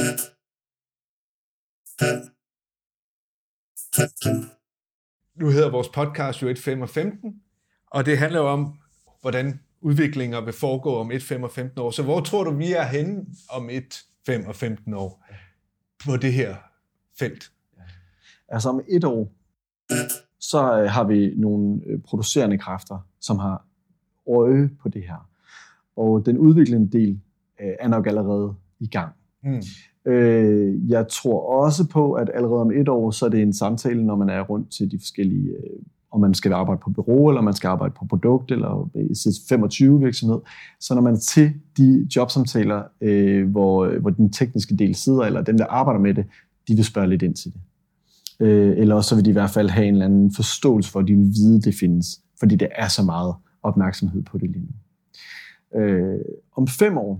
Nu hedder vores podcast jo et fem og femten, og det handler jo om, hvordan udviklinger vil foregå om et, fem og femten år. Så hvor tror du, vi er henne om et, fem og femten år på det her felt? Altså om et år, så øh, har vi nogle øh, producerende kræfter, som har øje på det her. Og den udviklende del øh, er nok allerede i gang. Mm. Øh, jeg tror også på, at allerede om et år, så er det en samtale, når man er rundt til de forskellige, øh, om man skal arbejde på bureau, eller man skal arbejde på produkt, eller C femogtyve virksomhed. Så når man er til de jobsamtaler, øh, hvor, hvor den tekniske del sidder, eller dem, der arbejder med det, de vil spørge lidt ind til det. Øh, eller også så vil de i hvert fald have en eller anden forståelse for, at de vil vide, det findes. Fordi der er så meget opmærksomhed på det lige nu. Øh, om fem år,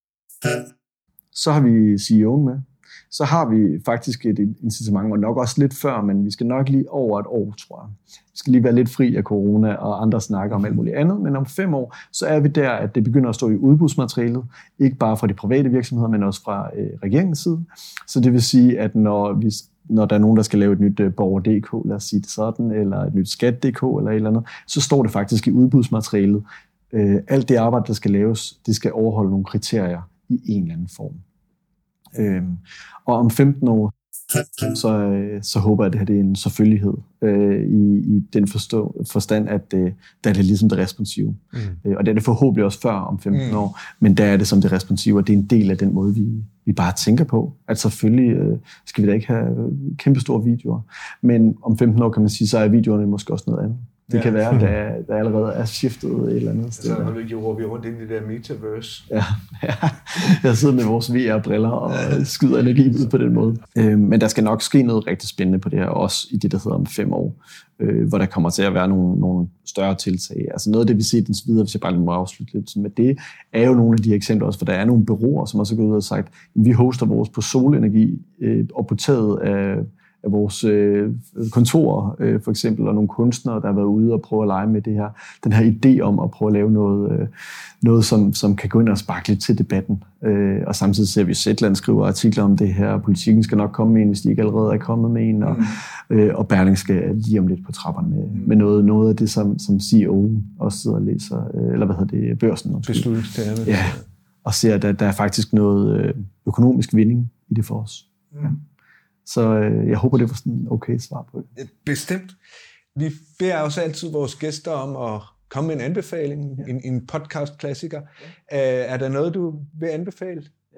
så har vi C E O'en med. Så har vi faktisk et incitament, og nok også lidt før, men vi skal nok lige over et år, tror jeg. Vi skal lige være lidt fri af corona og andre snakker om alt muligt andet, men om fem år, så er vi der, at det begynder at stå i udbudsmaterialet, ikke bare fra de private virksomheder, men også fra øh, regeringens side. Så det vil sige, at når, vi, når der er nogen, der skal lave et nyt øh, borger punktum d k, lad os sige det sådan, eller et nyt skat punktum d k, eller et eller andet, så står det faktisk i udbudsmaterialet. Øh, alt det arbejde, der skal laves, det skal overholde nogle kriterier i en eller anden form. Øhm, og om femten år, så, så håber jeg, at det her det er en selvfølgelighed øh, i, i den forstå, forstand, at øh, der er det ligesom det responsive. Mm. Øh, og det er det forhåbentlig også før om femten mm. år, men der er det som det responsive, og det er en del af den måde, vi, vi bare tænker på. At selvfølgelig øh, skal vi da ikke have kæmpe store videoer, men om femten år kan man sige, så er videoerne måske også noget andet. Det ja. kan være, at der, der allerede er skiftet et eller andet sted. Så har du gjort vi rundt ind i det der metaverse. Ja, ja. Jeg sidder med vores V R-briller og skyder energi ud på den måde. Øh, men der skal nok ske noget rigtig spændende på det her, også i det, der hedder om fem år, øh, hvor der kommer til at være nogle, nogle større tiltag. Altså noget af det, vi ser den videre, hvis jeg bare lige må afslutte lidt med det, er jo nogle af de eksempler også, for der er nogle bureauer, som også er gået ud og sagt, at vi hoster vores på solenergi øh, og på taget af af vores øh, kontorer, øh, for eksempel, og nogle kunstnere, der har været ude og prøve at lege med det her, den her idé om at prøve at lave noget, øh, noget som, som kan gå ind og sparke lidt til debatten. Øh, og samtidig ser vi, at Zetland skriver artikler om det her, og Politikken skal nok komme med en, hvis de ikke allerede er kommet med en, og, mm. øh, og Berling skal lige om lidt på trapperne med, mm. med noget, noget af det, som, som C E O også sidder og læser, øh, eller hvad hedder det, Børsen. Beslutningstagerne. Ja, og ser, at der, der er faktisk noget øh, økonomisk vinding i det for os. Mm. Ja. Så øh, jeg håber, det var sådan en okay svar på det. Bestemt. Vi beder også altid vores gæster om at komme med en anbefaling, ja. en, en podcast-klassiker. Ja. Uh, er der noget, du vil anbefale?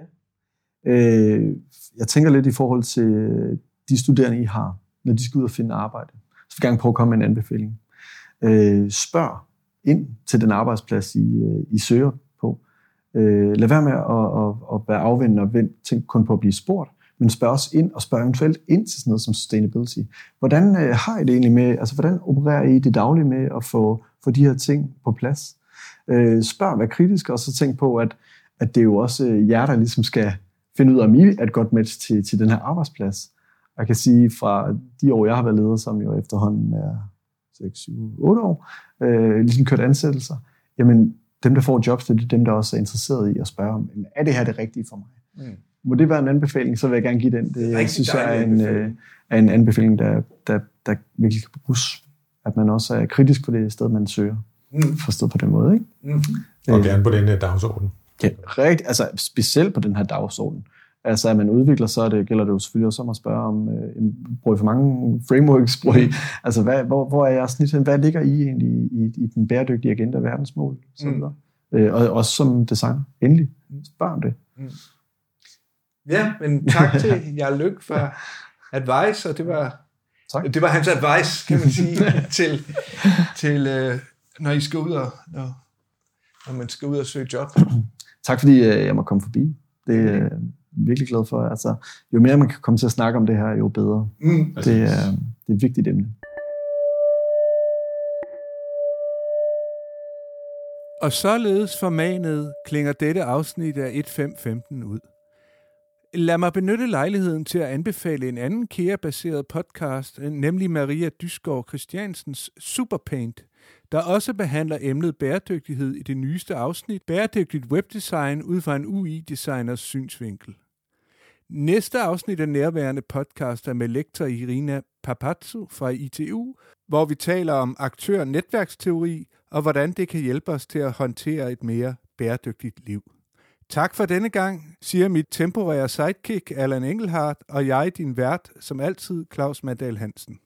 Ja. Øh, jeg tænker lidt i forhold til de studerende, I har, når de skal ud og finde arbejde. Så vil jeg gerne prøve at komme med en anbefaling. Øh, spørg ind til den arbejdsplads, I, I søger på. Øh, lad være med at, at, at være afvendende og tænke kun på at blive spurgt, men spørg også ind, og spørg eventuelt ind til sådan noget som sustainability. Hvordan øh, har I det egentlig med, altså hvordan opererer I det daglige med at få, få de her ting på plads? Øh, spørg, vær kritisk, og så tænk på, at, at det er jo også øh, jer, der ligesom skal finde ud af, om I er et godt match til, til den her arbejdsplads. Jeg kan sige, fra de år, jeg har været leder, som jo efterhånden er seks, syv, otte år, øh, ligesom kørt ansættelser, jamen dem, der får jobs, det er dem, der også er interesseret i at spørge om, er det her det rigtige for mig? Mm. Må det være en anbefaling, så vil jeg gerne give den. Det, jeg synes, jeg er en, øh, er en anbefaling, der, der, der virkelig kan bruges. At man også er kritisk på det sted, man søger. Mm. Forstået på den måde, ikke? Mm. Og gerne på den her dagsorden. Ja, rigtigt. Altså specielt på den her dagsorden. Altså, at man udvikler, så det, gælder det jo selvfølgelig også om at spørge om, øh, bruger I for mange frameworks? Bruger I, altså, hvad, hvor, hvor er jeres snit? Hvad ligger I egentlig i, i, i den bæredygtige agenda, verdensmål? Så videre. Mm. Øh, og også som designer. Endelig. Spørg om det. Mm. Ja, men tak til Jarl Lyng for advice, og det var, det var hans advice, kan man sige, til, til øh, når I skal ud og, når, når man skal ud og søge job. Tak fordi jeg må komme forbi. Det er jeg virkelig glad for. Altså, jo mere man kan komme til at snakke om det her, jo bedre. Mm. Det, er, det er et vigtigt emne. Og således formanet klinger dette afsnit af et fem femten ud. Lad mig benytte lejligheden til at anbefale en anden Kea-baseret podcast, nemlig Maria Dysgaard Christiansens Superpaint, der også behandler emnet bæredygtighed i det nyeste afsnit, bæredygtigt webdesign ud fra en U I-designers synsvinkel. Næste afsnit af nærværende podcast er med lektor Irina Papazzu fra I T U, hvor vi taler om aktør-netværksteori og hvordan det kan hjælpe os til at håndtere et mere bæredygtigt liv. Tak for denne gang, siger mit temporære sidekick Allan Engelhardt, og jeg, din vært, som altid, Claus Mandal Hansen.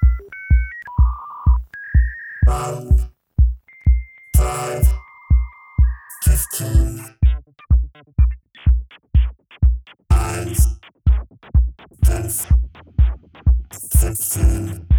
Five, five, fem fem